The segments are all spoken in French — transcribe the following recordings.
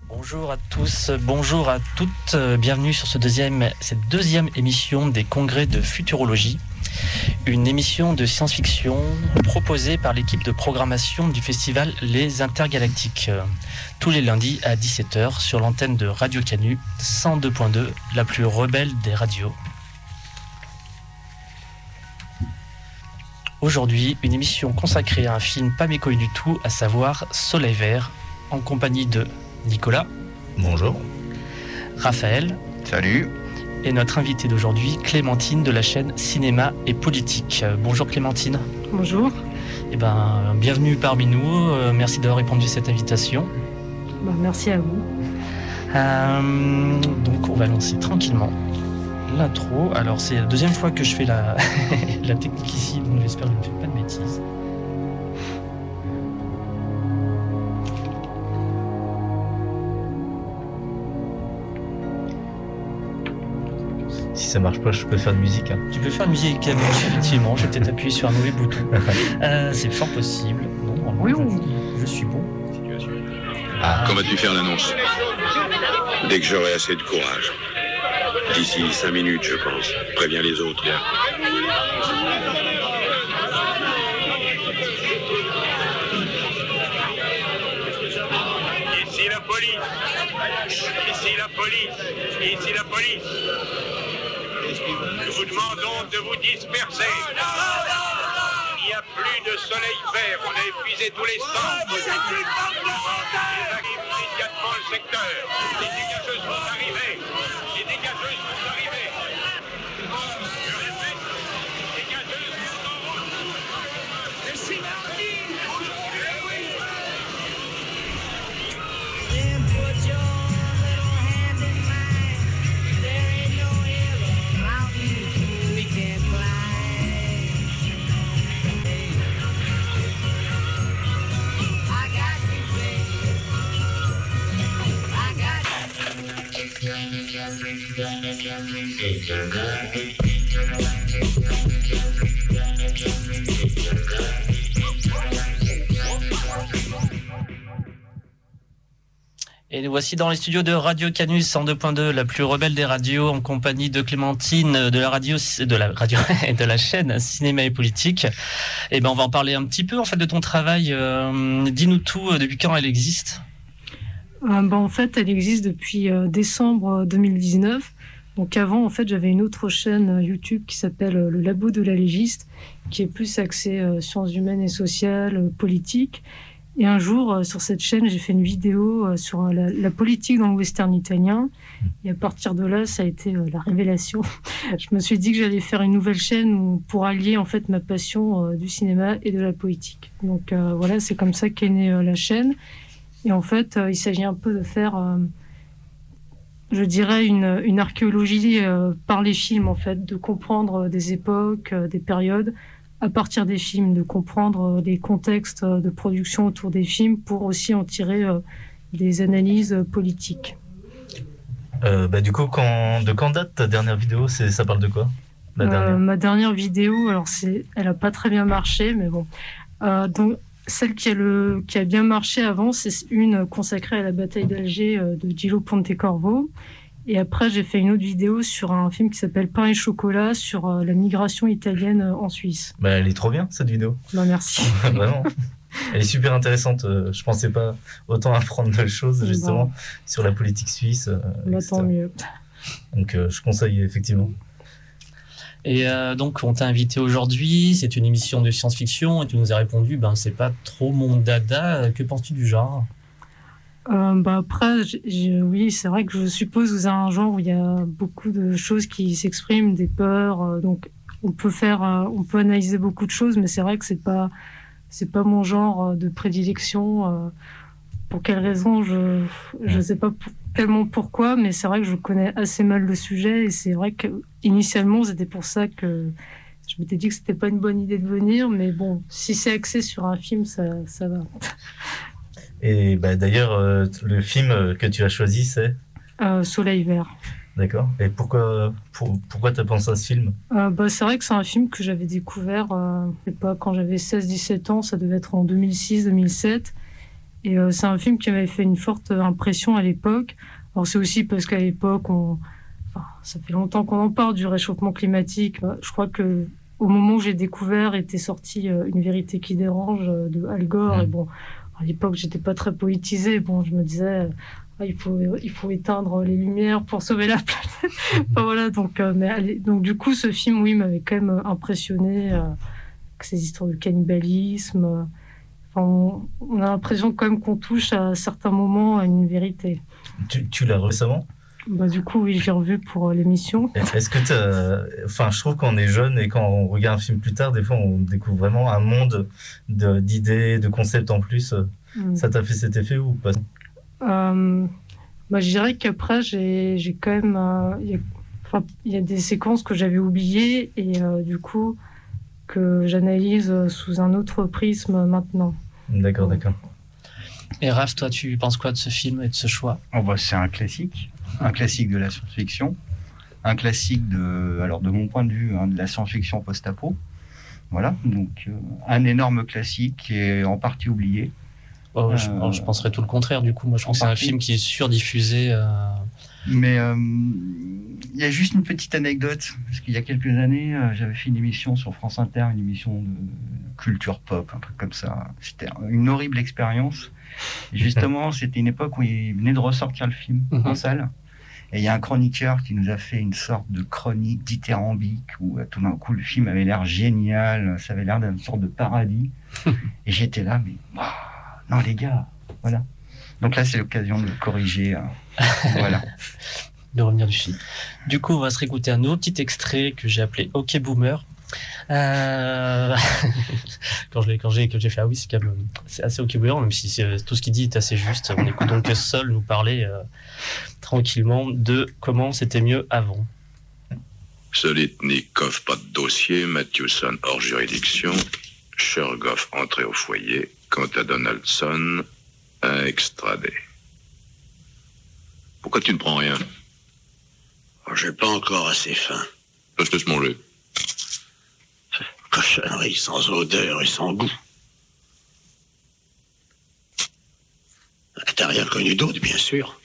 Bonjour à tous, bonjour à toutes, bienvenue sur cette deuxième émission des congrès de futurologie, une émission de science-fiction proposée par l'équipe de programmation du festival Les Intergalactiques, tous les lundis à 17h sur l'antenne de Radio Canu 102.2, la plus rebelle des radios. Aujourd'hui, une émission consacrée à un film pas méconnu du tout, à savoir Soleil Vert, en compagnie de Nicolas. Bonjour. Raphaël. Salut. Et notre invitée d'aujourd'hui, Clémentine de la chaîne Cinéma et Politique. Bonjour Clémentine. Bonjour. Bienvenue parmi nous. Merci d'avoir répondu à cette invitation. Merci à vous. Donc on va lancer tranquillement l'intro. Alors c'est la deuxième fois que je fais la technique ici, donc j'espère que je ne fais pas de bêtises. Si ça marche pas, je peux faire de musique. Tu peux faire de musique, effectivement. Je vais peut-être appuyer sur un mauvais bouton. C'est fort possible. Non, oui, je suis bon. Quand vas-tu faire l'annonce? Dès que j'aurai assez de courage. D'ici 5 minutes, je pense. Préviens les autres. Ici la police. Ici la police. Ici la police. Nous vous demandons de vous disperser. Il n'y a plus de soleil vert. On a épuisé tous les sens. Évacuez immédiatement le secteur. Les dégageuses vont arriver. Les dégageuses vont arriver. Je répète, les dégageuses sont en route. C'est mardi. Et nous voici dans les studios de Radio Canus 102.2, la plus rebelle des radios, en compagnie de Clémentine de la radio et de la chaîne Cinéma et Politique. Et on va en parler un petit peu en fait de ton travail. Dis-nous tout. Depuis quand elle existe? En fait, elle existe depuis décembre 2019. Donc avant, en fait, j'avais une autre chaîne YouTube qui s'appelle Le Labo de la Légiste, qui est plus axée sciences humaines et sociales, politique. Et un jour, sur cette chaîne, j'ai fait une vidéo sur la politique dans le western italien. Et à partir de là, ça a été la révélation. Je me suis dit que j'allais faire une nouvelle chaîne pour allier en fait ma passion du cinéma et de la politique. Donc voilà, c'est comme ça qu'est née la chaîne. Et en fait, il s'agit un peu de faire, je dirais, une archéologie par les films, en fait, de comprendre des époques, des périodes, à partir des films, de comprendre les contextes de production autour des films pour aussi en tirer des analyses politiques. Du coup, de quand date ta dernière vidéo? Ça parle de quoi? Ma dernière vidéo, alors elle a pas très bien marché, mais bon. Donc, celle qui a bien marché avant, c'est une consacrée à la bataille d'Alger de Gillo Pontecorvo. Et après, j'ai fait une autre vidéo sur un film qui s'appelle Pain et chocolat sur la migration italienne en Suisse. Elle est trop bien, cette vidéo. Merci. Vraiment. Elle est super intéressante. Je pensais pas autant apprendre de choses, justement, sur la politique suisse. Tant mieux. Donc, je conseille, effectivement. Et donc, on t'a invité aujourd'hui. C'est une émission de science-fiction et tu nous as répondu, c'est pas trop mon dada. Que penses-tu du genre? Après, oui, c'est vrai que je suppose que vous avez un genre où il y a beaucoup de choses qui s'expriment, des peurs. Donc, on peut analyser beaucoup de choses, mais c'est vrai que c'est pas mon genre de prédilection. Pour quelle raison, je sais pas tellement pourquoi, mais c'est vrai que je connais assez mal le sujet et c'est vrai que initialement, c'était pour ça que je m'étais dit que c'était pas une bonne idée de venir, mais bon, si c'est axé sur un film, ça va. Et d'ailleurs, le film que tu as choisi, c'est Soleil Vert. D'accord. Et pourquoi tu as pensé à ce film? C'est vrai que c'est un film que j'avais découvert je sais pas, quand j'avais 16-17 ans, ça devait être en 2006-2007. Et c'est un film qui m'avait fait une forte impression à l'époque. Alors c'est aussi parce qu'à l'époque, ça fait longtemps qu'on en parle du réchauffement climatique. Je crois que au moment où j'ai découvert, était sortie Une vérité qui dérange de Al Gore. Et bon, à l'époque, j'étais pas très poétisée. Bon, je me disais, il faut éteindre les lumières pour sauver la planète. Enfin, voilà. Donc du coup, ce film, oui, m'avait quand même impressionné. Ces histoires de cannibalisme. On a l'impression quand même qu'on touche à certains moments à une vérité. Tu l'as récemment ? Du coup, oui, je l'ai revu pour l'émission. Est-ce que je trouve qu'on est jeune et quand on regarde un film plus tard, des fois, on découvre vraiment un monde d'idées, de concepts en plus. Ça t'a fait cet effet ou pas ? Je dirais qu'après, j'ai quand même... il y a des séquences que j'avais oubliées et du coup, que j'analyse sous un autre prisme maintenant. D'accord. Et Raph, toi, tu penses quoi de ce film et de ce choix ? C'est un classique de la science-fiction, un classique de mon point de vue, de la science-fiction post-apo. Voilà, donc un énorme classique qui est en partie oublié. Je penserais tout le contraire, du coup. Moi, je pense que c'est un film qui est surdiffusé. Mais il y a juste une petite anecdote, parce qu'il y a quelques années, j'avais fait une émission sur France Inter, une émission de culture pop, un truc comme ça. C'était une horrible expérience. Et justement, c'était une époque où il venait de ressortir le film en salle. Et il y a un chroniqueur qui nous a fait une sorte de chronique dithyrambique où tout d'un coup le film avait l'air génial, ça avait l'air d'une sorte de paradis. Et j'étais là, mais non les gars, voilà. Donc là, c'est l'occasion de le corriger. Voilà. De revenir du film. Du coup, on va se réécouter un autre petit extrait que j'ai appelé OK Boomer. Quand j'ai fait oui, c'est assez OK Boomer, même si tout ce qu'il dit est assez juste. On écoute donc Sol nous parler tranquillement de comment c'était mieux avant. Solitnikov, pas de dossier. Matthewson, hors juridiction. Chergoff, entré au foyer. Quant à Donaldson, extradé. Pourquoi tu ne prends rien ? J'ai pas encore assez faim. Je te laisse manger. Cochonnerie sans odeur et sans goût. T'as rien connu d'autre, bien sûr.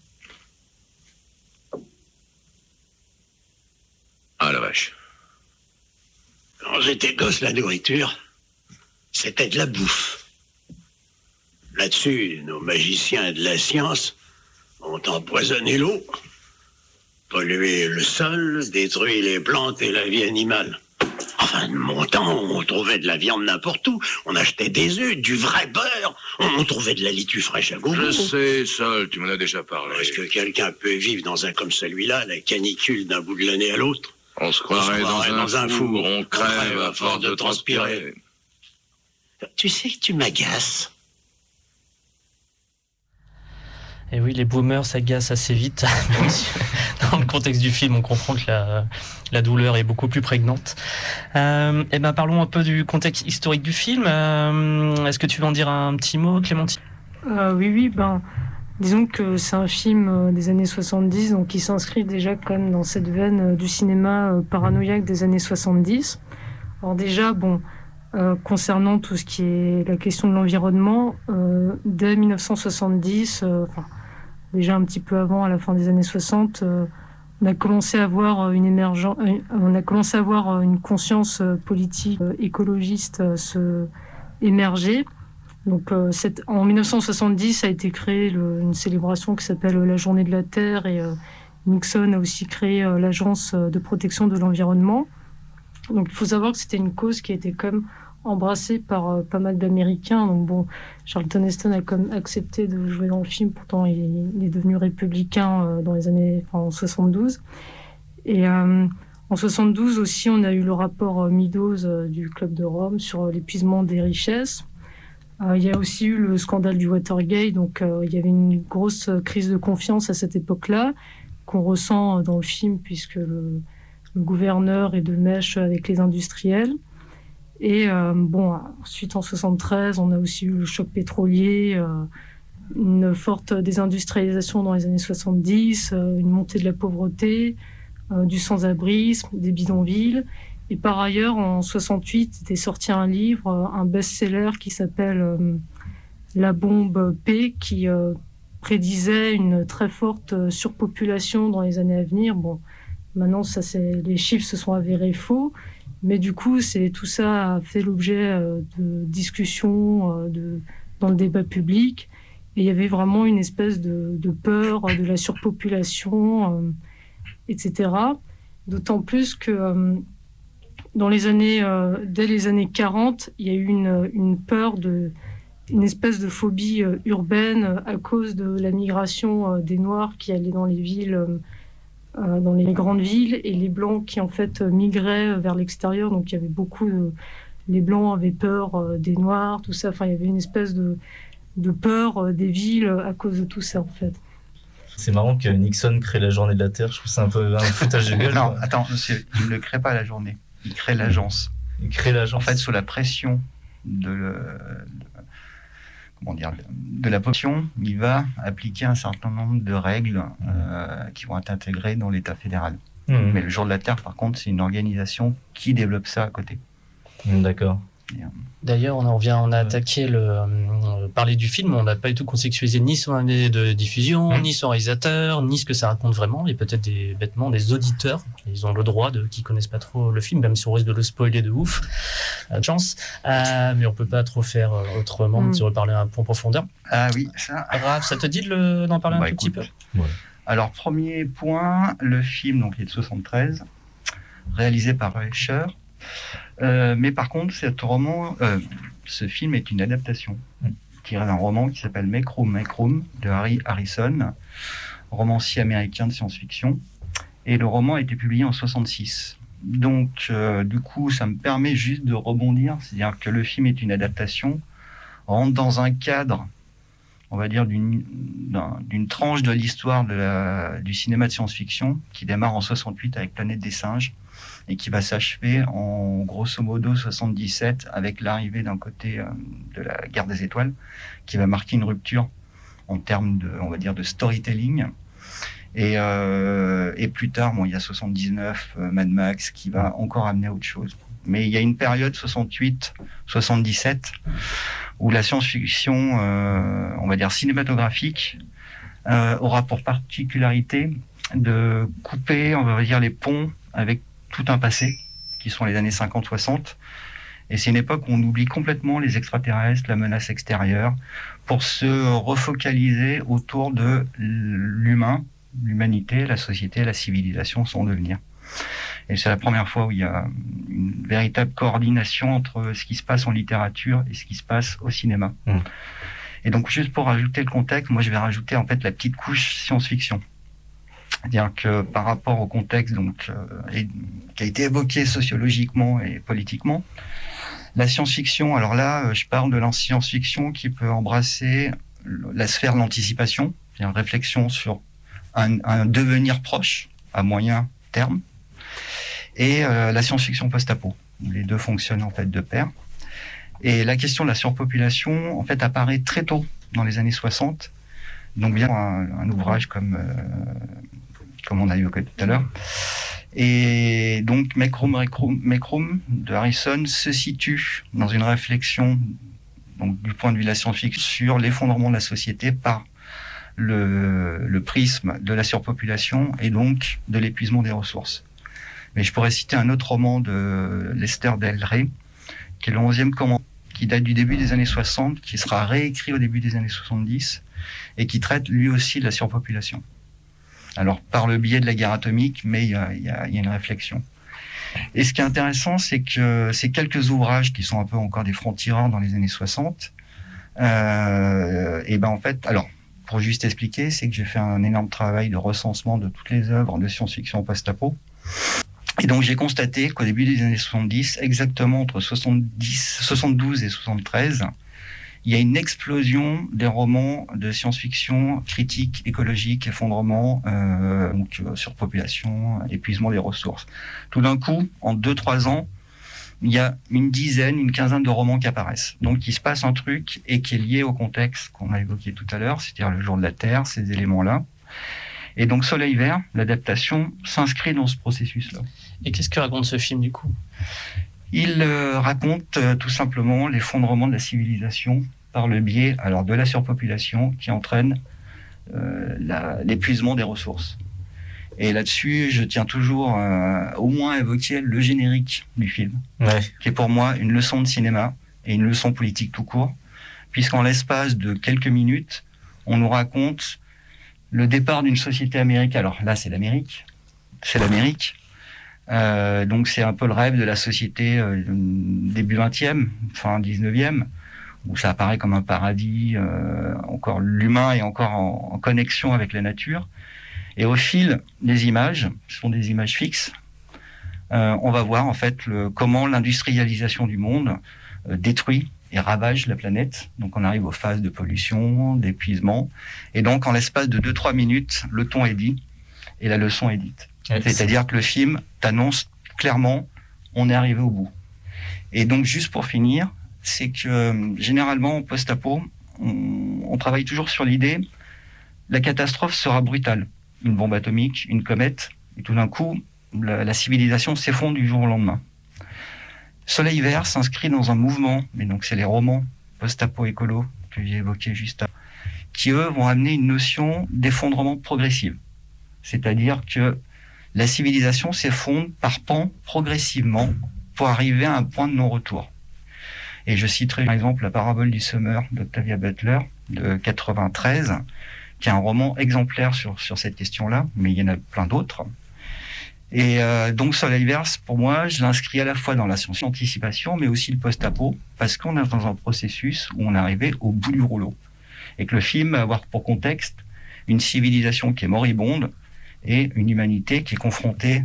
Ah la vache. Quand j'étais gosse, la nourriture, c'était de la bouffe. Là-dessus, nos magiciens de la science ont empoisonné l'eau, pollué le sol, détruit les plantes et la vie animale. Enfin, de mon temps, on trouvait de la viande n'importe où. On achetait des œufs, du vrai beurre. On trouvait de la litue fraîche à gogo. Je sais, Sol, tu m'en as déjà parlé. Est-ce que quelqu'un peut vivre dans un comme celui-là, la canicule d'un bout de l'année à l'autre ? On se croirait dans un four, on crève à force de transpirer. Tu sais que tu m'agaces. Et oui, les boomers s'agacent assez vite. Même si, dans le contexte du film, on comprend que la douleur est beaucoup plus prégnante. Parlons un peu du contexte historique du film. Est-ce que tu veux en dire un petit mot, Clémentine ? Oui. Disons que c'est un film des années 70, donc qui s'inscrit déjà quand même dans cette veine du cinéma paranoïaque des années 70. Alors déjà, concernant tout ce qui est la question de l'environnement, dès 1970, déjà un petit peu avant, à la fin des années 60, on a commencé à avoir une conscience politique écologiste se émerger. Donc, en 1970 a été créée une célébration qui s'appelle la Journée de la Terre et Nixon a aussi créé l'Agence de protection de l'environnement. Donc, il faut savoir que c'était une cause qui a été quand même embrassée par pas mal d'Américains. Donc, Charlton Heston a quand même accepté de jouer dans le film, pourtant il est devenu républicain dans les années en 72. Et en 72 aussi, on a eu le rapport Meadows du Club de Rome sur l'épuisement des richesses. Il y a aussi eu le scandale du Watergate, donc il y avait une grosse crise de confiance à cette époque-là, qu'on ressent dans le film, puisque le gouverneur est de mèche avec les industriels. Et ensuite en 73, on a aussi eu le choc pétrolier, une forte désindustrialisation dans les années 70, une montée de la pauvreté, du sans-abrisme, des bidonvilles. Et par ailleurs, en 68, était sorti un livre, un best-seller qui s'appelle la bombe P qui prédisait une très forte surpopulation dans les années à venir. Bon, maintenant, les chiffres se sont avérés faux, mais du coup, tout ça a fait l'objet de discussions dans le débat public. Et il y avait vraiment une espèce de peur de la surpopulation, etc. D'autant plus que dès les années 40, il y a eu une peur une espèce de phobie urbaine à cause de la migration des Noirs qui allaient dans les villes, dans les grandes villes, et les Blancs qui en fait migraient vers l'extérieur. Donc il y avait les Blancs avaient peur des Noirs, tout ça. Enfin, il y avait une espèce de peur des villes à cause de tout ça en fait. C'est marrant que Nixon crée la journée de la Terre. Je trouve que c'est un peu un foutage de gueule. Non, attends, monsieur, il ne crée pas la journée. Il crée l'agence. Il crée l'agence. En fait, sous la pression de la population, il va appliquer un certain nombre de règles qui vont être intégrées dans l'État fédéral. Mais le jour de la Terre, par contre, c'est une organisation qui développe ça à côté. D'accord. D'ailleurs, on a attaqué parler du film, on n'a pas du tout contextualisé ni son année de diffusion, ni son réalisateur, ni ce que ça raconte vraiment. Et peut-être bêtement des auditeurs, ils ont le droit qui connaissent pas trop le film, même si on risque de le spoiler de ouf, chance. Mais on peut pas trop faire autrement de se reparler un peu en profondeur. Ah oui, ça. Raph, ça te dit d'en parler un tout petit peu? Ouais. Alors, premier point, le film donc, il est de 73, réalisé par Escher. Mais par contre, ce film est une adaptation tirée d'un roman qui s'appelle Make Room de Harry Harrison, romancier américain de science-fiction. Et le roman a été publié en 66. Donc, du coup, ça me permet juste de rebondir, c'est-à-dire que le film est une adaptation, rentre dans un cadre, on va dire, d'une tranche de l'histoire du cinéma de science-fiction qui démarre en 68 avec Planète des singes, et qui va s'achever en grosso modo 77 avec l'arrivée d'un côté de la Guerre des Étoiles qui va marquer une rupture en termes de storytelling. Et plus tard, il y a 79, Mad Max qui va encore amener à autre chose. Mais il y a une période 68-77 où la science-fiction, on va dire cinématographique, aura pour particularité de couper, on va dire, les ponts avec tout un passé, qui sont les années 50-60. Et c'est une époque où on oublie complètement les extraterrestres, la menace extérieure, pour se refocaliser autour de l'humanité, la société, la civilisation, son devenir. Et c'est la première fois où il y a une véritable coordination entre ce qui se passe en littérature et ce qui se passe au cinéma. Et donc, juste pour rajouter le contexte, moi je vais rajouter en fait la petite couche science-fiction. C'est-à-dire que par rapport au contexte qui a été évoqué sociologiquement et politiquement, la science-fiction, alors là, je parle de la science-fiction qui peut embrasser la sphère de l'anticipation, c'est-à-dire une réflexion sur un devenir proche à moyen terme, et la science-fiction post-apo. Les deux fonctionnent en fait de pair. Et la question de la surpopulation, en fait, apparaît très tôt dans les années 60. Donc bien un ouvrage comme on a évoqué tout à l'heure. Et donc Make Room de Harrison se situe dans une réflexion donc, du point de vue de la science-fiction sur l'effondrement de la société par le prisme de la surpopulation et donc de l'épuisement des ressources. Mais je pourrais citer un autre roman de Lester Del Rey, qui est le 11e commandement, qui date du début des années 60, qui sera réécrit au début des années 70, et qui traite lui aussi de la surpopulation. Alors, par le biais de la guerre atomique, mais il y a une réflexion. Et ce qui est intéressant, c'est que ces quelques ouvrages qui sont un peu encore des francs-tireurs dans les années 60, et ben en fait, alors, pour juste expliquer, c'est que j'ai fait un énorme travail de recensement de toutes les œuvres de science-fiction post-apo. Et donc, j'ai constaté qu'au début des années 70, exactement entre 72 et 73, il y a une explosion des romans de science-fiction, critique, écologique, effondrement, surpopulation, épuisement des ressources. Tout d'un coup, en 2-3 ans, il y a une quinzaine de romans qui apparaissent. Donc il se passe un truc et qui est lié au contexte qu'on a évoqué tout à l'heure, c'est-à-dire le jour de la Terre, ces éléments-là. Et donc Soleil Vert, l'adaptation, s'inscrit dans ce processus-là. Et qu'est-ce que raconte ce film du coup ? Il raconte tout simplement l'effondrement de la civilisation par le biais de la surpopulation qui entraîne l'épuisement des ressources. Et là-dessus, je tiens toujours au moins à évoquer le générique du film, qui est pour moi une leçon de cinéma et une leçon politique tout court, puisqu'en l'espace de quelques minutes, on nous raconte le départ d'une société américaine. Alors là, c'est l'Amérique. Donc c'est un peu le rêve de la société début 20e, fin 19e, où ça apparaît comme un paradis, encore l'humain est encore en connexion avec la nature. Et au fil des images, ce sont des images fixes, on va voir en fait comment l'industrialisation du monde détruit et ravage la planète. Donc on arrive aux phases de pollution, d'épuisement. Et donc en l'espace de 2-3 minutes, le ton est dit et la leçon est dite. C'est-à-dire que le film t'annonce clairement, on est arrivé au bout. Et donc juste pour finir, c'est que généralement en post-apo, on travaille toujours sur l'idée, la catastrophe sera brutale. Une bombe atomique, une comète, et tout d'un coup, la civilisation s'effondre du jour au lendemain. Soleil Vert s'inscrit dans un mouvement, mais donc c'est les romans post-apo écolo que j'ai évoqués juste avant, qui eux vont amener une notion d'effondrement progressif. C'est-à-dire que la civilisation s'effondre par pans progressivement pour arriver à un point de non-retour. Et je citerai par exemple la parabole du semeur d'Octavia Butler de 93, qui est un roman exemplaire sur cette question-là, mais il y en a plein d'autres. Et donc Soleil Vert, pour moi, je l'inscris à la fois dans la science-anticipation, mais aussi le post-apo, parce qu'on est dans un processus où on est arrivé au bout du rouleau. Et que le film va avoir pour contexte une civilisation qui est moribonde et une humanité qui est confrontée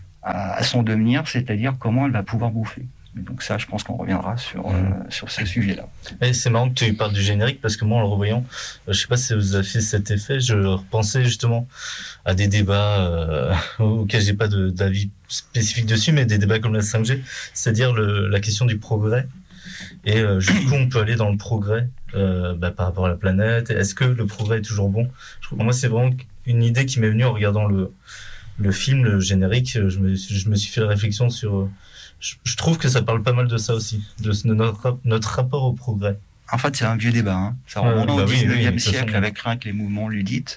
à son devenir, c'est-à-dire comment elle va pouvoir bouffer. Et donc ça, je pense qu'on reviendra sur ce sujet-là. Et c'est marrant que tu parles du générique, parce que moi, en le revoyant, je sais pas si ça vous a fait cet effet, je repensais justement à des débats auxquels j'ai pas d'avis spécifique dessus, mais des débats comme la 5G, c'est-à-dire la question du progrès. Et jusqu'où on peut aller dans le progrès par rapport à la planète. Est-ce que le progrès est toujours bon? Pour moi, c'est vraiment une idée qui m'est venue en regardant le film, le générique. Je me suis fait la réflexion sur... Je trouve que ça parle pas mal de ça aussi, de notre rapport au progrès. En fait, c'est un vieux débat. Hein. Ça remonte au 19e siècle avec rien que les mouvements ludites.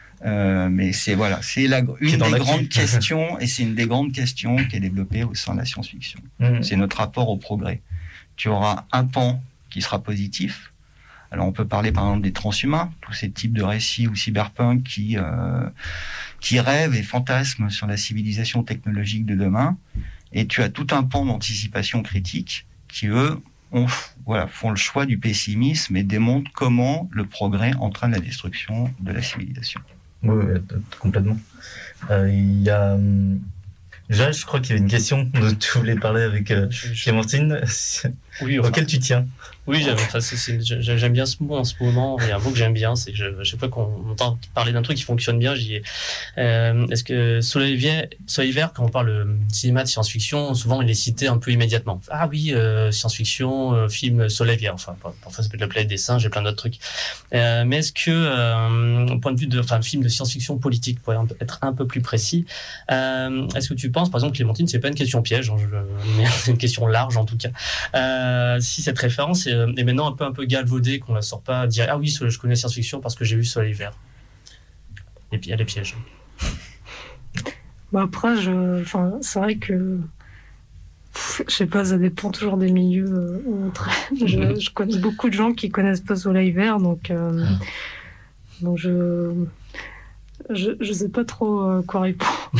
Mais c'est une des grandes questions, et c'est une des grandes questions qui est développée au sein de la science-fiction. C'est notre rapport au progrès. Tu auras un pan qui sera positif. Alors on peut parler par exemple des transhumains, tous ces types de récits ou cyberpunk qui rêvent et fantasment sur la civilisation technologique de demain. Et tu as tout un pan d'anticipation critique qui, eux, font le choix du pessimisme et démontrent comment le progrès entraîne la destruction de la civilisation. Oui, complètement. Il y a... Déjà, je crois qu'il y avait une question dont tu voulais parler avec Clémentine, auquel tu tiens. Oui, j'aime bien ce mot en ce moment. Il y a un mot que j'aime bien, c'est que chaque fois qu'on entend parler d'un truc qui fonctionne bien, j'y ai. Est-ce que Soleil Vert, quand on parle cinéma de science-fiction, souvent il est cité un peu immédiatement. Ah oui, science-fiction, film Soleil Vert. Enfin, parfois ça peut être La planète des singes et plein d'autres trucs. Mais est-ce que, au point de vue de film de science-fiction politique, pour être un peu plus précis, est-ce que tu penses, par exemple, Clémentine, c'est pas une question piège, mais c'est une question large en tout cas. Si cette référence est maintenant un peu galvaudée, qu'on la sort pas, dire ah oui, je connais science-fiction parce que j'ai vu Soleil Vert. Et puis il y a les pièges. Après, c'est vrai que je sais pas, ça dépend toujours des milieux où on traîne. Je connais beaucoup de gens qui connaissent pas Soleil Vert, donc je sais pas trop quoi répondre.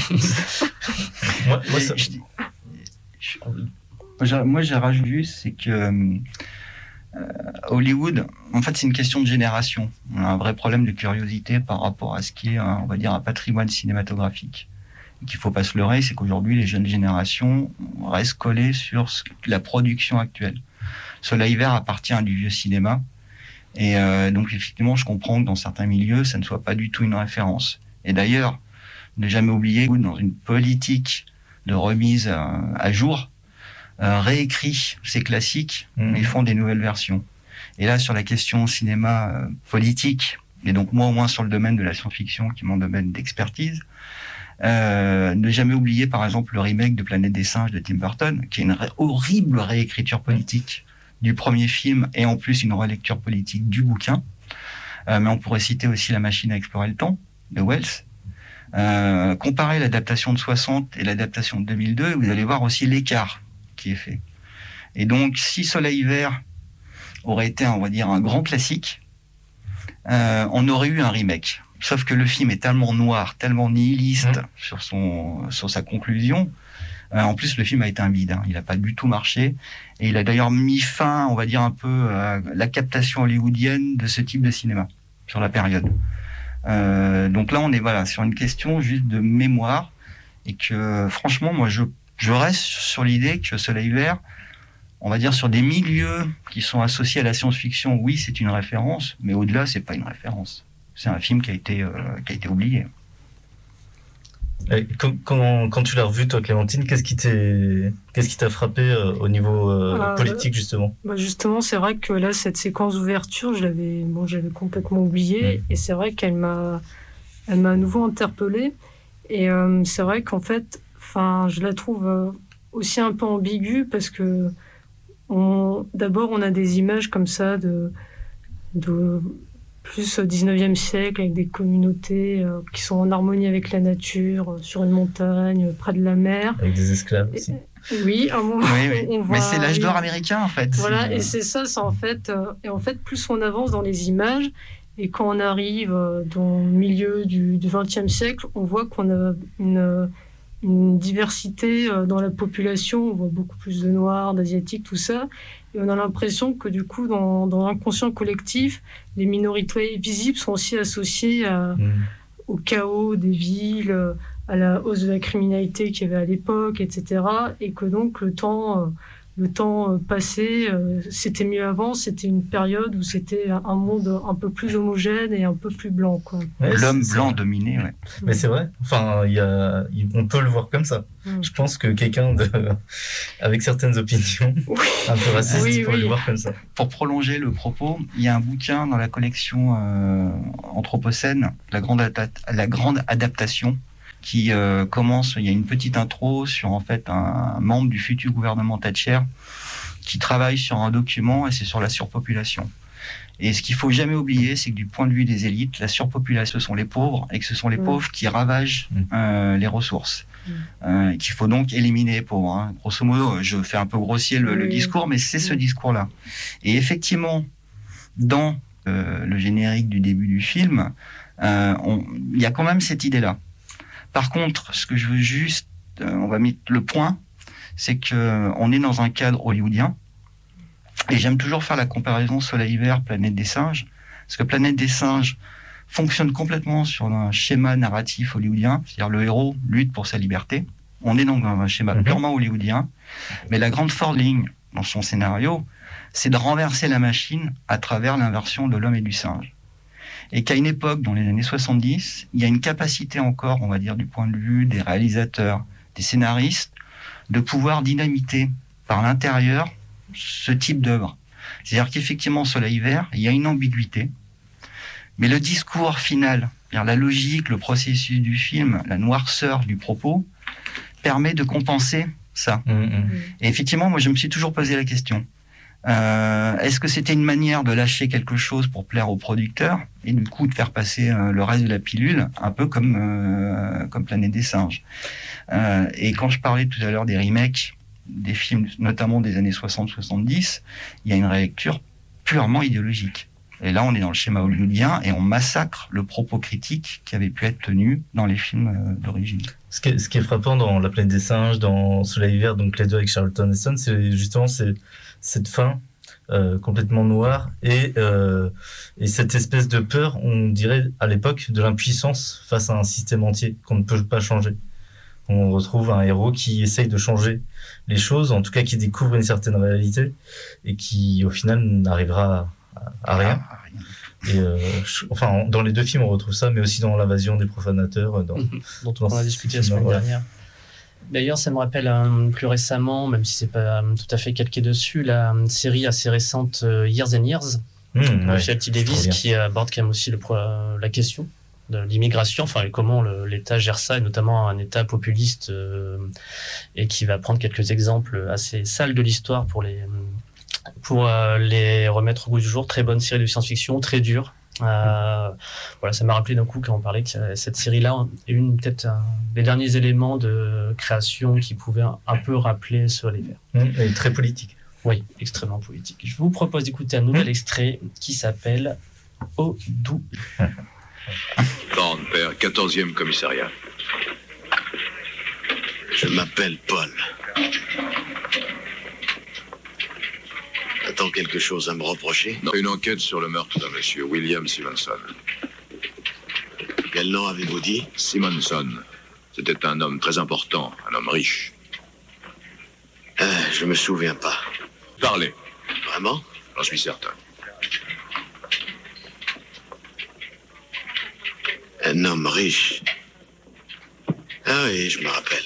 Moi, j'ai rajouté, c'est que Hollywood, en fait, c'est une question de génération. On a un vrai problème de curiosité par rapport à ce qui est, on va dire, un patrimoine cinématographique. Et qu'il faut pas se leurrer, c'est qu'aujourd'hui, les jeunes générations restent collées sur la production actuelle. Soleil Vert appartient à du vieux cinéma. Et donc, effectivement, je comprends que dans certains milieux, ça ne soit pas du tout une référence. Et d'ailleurs, ne jamais oublier que dans une politique de remise à jour, réécrit ces classiques, ils font des nouvelles versions. Et là, sur la question cinéma politique, et donc moi au moins sur le domaine de la science-fiction, qui est mon domaine d'expertise, ne jamais oublier par exemple le remake de Planète des singes de Tim Burton, qui est une horrible réécriture politique du premier film et en plus une relecture politique du bouquin. Mais on pourrait citer aussi La machine à explorer le temps de Wells. Comparez l'adaptation de 60 et l'adaptation de 2002, vous allez voir aussi l'écart qui est fait. Et donc, si Soleil Vert aurait été, on va dire, un grand classique, on aurait eu un remake. Sauf que le film est tellement noir, tellement nihiliste sur sa conclusion. En plus, le film a été un bide. Il n'a pas du tout marché. Et il a d'ailleurs mis fin, on va dire, un peu à la captation hollywoodienne de ce type de cinéma sur la période. Donc là, on est sur une question juste de mémoire. Et que, franchement, moi, je reste sur l'idée que Soleil Vert, on va dire, sur des milieux qui sont associés à la science-fiction, oui, c'est une référence. Mais au-delà, c'est pas une référence. C'est un film qui a été oublié. Quand tu l'as revu, toi, Clémentine, qu'est-ce qui t'a frappé au niveau politique, justement? Justement, c'est vrai que là, cette séquence d'ouverture, j'avais complètement oublié. Et c'est vrai qu'elle m'a à nouveau interpellée. Et c'est vrai qu'en fait, je la trouve aussi un peu ambiguë parce que d'abord, on a des images comme ça de plus au 19e siècle, avec des communautés qui sont en harmonie avec la nature, sur une montagne, près de la mer. Avec des esclaves aussi. Oui, on voit, mais c'est l'âge d'or américain, en fait. Voilà, et c'est ça, en fait. Et en fait, plus on avance dans les images, et quand on arrive dans le milieu du XXe siècle, on voit qu'on a une diversité dans la population. On voit beaucoup plus de Noirs, d'Asiatiques, tout ça. Et on a l'impression que du coup, dans l'inconscient collectif, les minorités visibles sont aussi associées au chaos des villes, à la hausse de la criminalité qu'il y avait à l'époque, etc. Et que donc le temps passé, c'était mieux avant, c'était une période où c'était un monde un peu plus homogène et un peu plus blanc, quoi. Ouais, l'homme blanc dominé, ouais. Mais c'est vrai, on peut le voir comme ça. Je pense que quelqu'un avec certaines opinions, un peu racistes, pourrait le voir comme ça. Pour prolonger le propos, il y a un bouquin dans la collection Anthropocène, la grande adaptation, qui commence, il y a une petite intro sur en fait un membre du futur gouvernement Thatcher qui travaille sur un document et c'est sur la surpopulation. Et ce qu'il faut jamais oublier, c'est que du point de vue des élites, la surpopulation, ce sont les pauvres et que ce sont les pauvres qui ravagent les ressources. Qu'il faut donc éliminer les pauvres. Grosso modo, je fais un peu grossier le discours, mais c'est ce discours-là. Et effectivement, dans le générique du début du film, il y a quand même cette idée-là. Par contre, ce que je veux juste, on va mettre le point, c'est qu'on est dans un cadre hollywoodien. Et j'aime toujours faire la comparaison Soleil Vert, Planète des Singes. Parce que Planète des Singes fonctionne complètement sur un schéma narratif hollywoodien. C'est-à-dire le héros lutte pour sa liberté. On est donc dans un schéma purement hollywoodien. Mais la grande forte ligne dans son scénario, c'est de renverser la machine à travers l'inversion de l'homme et du singe. Et qu'à une époque, dans les années 70, il y a une capacité encore, on va dire, du point de vue des réalisateurs, des scénaristes, de pouvoir dynamiter par l'intérieur ce type d'œuvre. C'est-à-dire qu'effectivement, Soleil Vert, il y a une ambiguïté, mais le discours final, la logique, le processus du film, la noirceur du propos, permet de compenser ça. Et effectivement, moi, je me suis toujours posé la question. Est-ce que c'était une manière de lâcher quelque chose pour plaire aux producteurs et du coup de faire passer le reste de la pilule, un peu comme Planète des Singes. Et quand je parlais tout à l'heure des remakes, des films notamment des années 60-70, il y a une relecture purement idéologique. Et là, on est dans le schéma hollywoodien et on massacre le propos critique qui avait pu être tenu dans les films d'origine. Ce qui est frappant dans La Planète des Singes, dans Soleil Vert, donc les deux avec Charlton Heston, c'est justement cette fin complètement noire et cette espèce de peur, on dirait à l'époque, de l'impuissance face à un système entier qu'on ne peut pas changer. On retrouve un héros qui essaye de changer les choses, en tout cas qui découvre une certaine réalité et qui au final n'arrivera à rien. Et dans les deux films on retrouve ça, mais aussi dans L'invasion des profanateurs, dont on a discuté la semaine dernière. D'ailleurs, ça me rappelle plus récemment, même si c'est pas tout à fait calqué dessus, la série assez récente Years and Years, de Michel T. Davis, qui aborde quand même aussi la question de l'immigration, et comment l'État gère ça, et notamment un État populiste, et qui va prendre quelques exemples assez sales de l'histoire pour pour les remettre au goût du jour. Très bonne série de science-fiction, très dure. Voilà, ça m'a rappelé d'un coup quand on parlait que cette série-là est peut-être des derniers éléments de création qui pouvaient un peu rappeler sur les Verts. Et très politique. Oui, extrêmement politique. Je vous propose d'écouter un nouvel extrait qui s'appelle Au doux. Grande père, 14e commissariat. Je m'appelle Paul. As-tu quelque chose à me reprocher? Une enquête sur le meurtre d'un monsieur William Simonson. Quel nom avez-vous dit? Simonson. C'était un homme très important, un homme riche. Je me souviens pas. Parlez. Vraiment? J'en suis certain. Un homme riche. Ah oui, je me rappelle.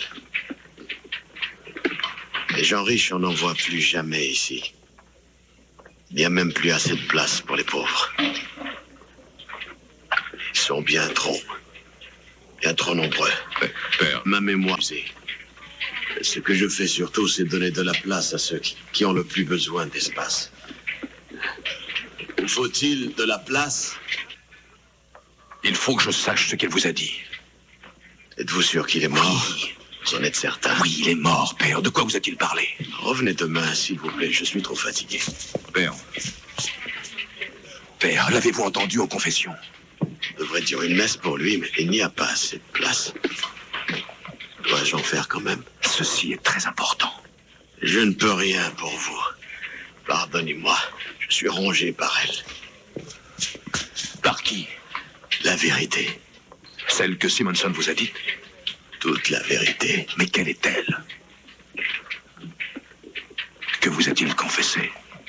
Les gens riches, on n'en voit plus jamais ici. Il n'y a même plus assez de place pour les pauvres. Ils sont bien trop nombreux. Père. Ma mémoire, ce que je fais surtout, c'est donner de la place à ceux qui ont le plus besoin d'espace. Faut-il de la place? Il faut que je sache ce qu'elle vous a dit. Êtes-vous sûr qu'il est mort? Vous en êtes certain? Oui, il est mort, père. De quoi vous a-t-il parlé? Revenez demain, s'il vous plaît. Je suis trop fatigué. Père. Père, l'avez-vous entendu aux confessions? Je devrais dire une messe pour lui, mais il n'y a pas assez de place. Dois-je en faire quand même? Ceci est très important. Je ne peux rien pour vous. Pardonnez-moi. Je suis rongé par elle. Par qui? La vérité. Celle que Simonson vous a dite? Toute la vérité. Mais quelle est-elle? Que vous a-t-il confessé?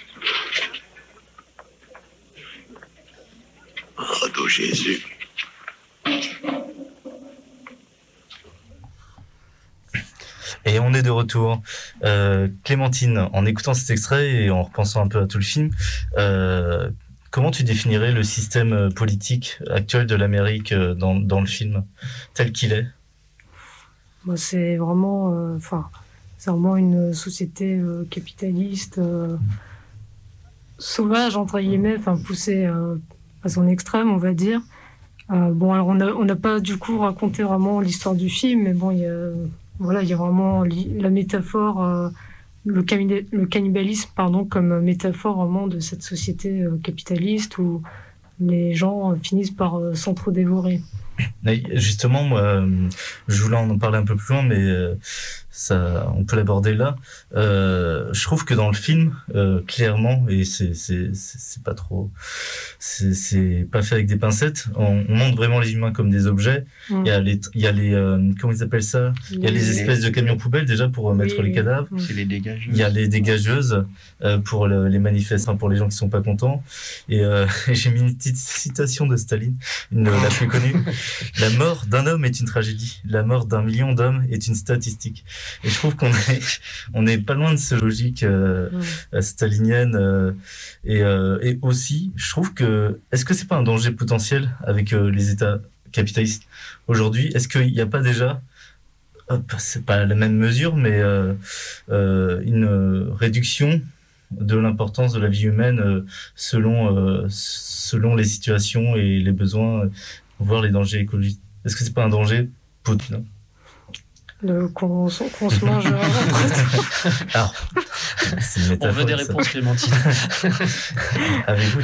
Oh, d'où Jésus. Et on est de retour. Clémentine, en écoutant cet extrait et en repensant un peu à tout le film, comment tu définirais le système politique actuel de l'Amérique dans le film, tel qu'il est? Moi, c'est vraiment, c'est vraiment une société capitaliste, sauvage entre guillemets, poussée à son extrême, on va dire. Bon, alors on n'a pas du coup raconté vraiment l'histoire du film, mais bon, il y a vraiment la métaphore, le cannibalisme, comme métaphore vraiment de cette société capitaliste où les gens finissent par s'entre-dévorer. Justement, moi, je voulais en parler un peu plus loin, mais on peut l'aborder là. Je trouve que dans le film, clairement, et c'est pas trop, c'est pas fait avec des pincettes. On montre vraiment les humains comme des objets. Il y a les comment ils appellent ça? Il y a les espèces de camions poubelles déjà pour mettre les cadavres. C'est les dégageuses. Il y a les dégageuses pour les manifestants, pour les gens qui sont pas contents. Et j'ai mis une petite citation de Staline, la plus connue. La mort d'un homme est une tragédie. La mort d'un million d'hommes est une statistique. Et je trouve qu'on est pas loin de cette logique stalinienne. Et aussi, je trouve que est-ce que c'est pas un danger potentiel avec les États capitalistes aujourd'hui? Est-ce qu'il n'y a pas déjà, c'est pas la même mesure, mais une réduction de l'importance de la vie humaine selon les situations et les besoins, voire les dangers écologiques? Est-ce que c'est pas un danger potent? Qu'on se mange Alors, c'est une métaphore, on veut des réponses, Clémentine. Avez-vous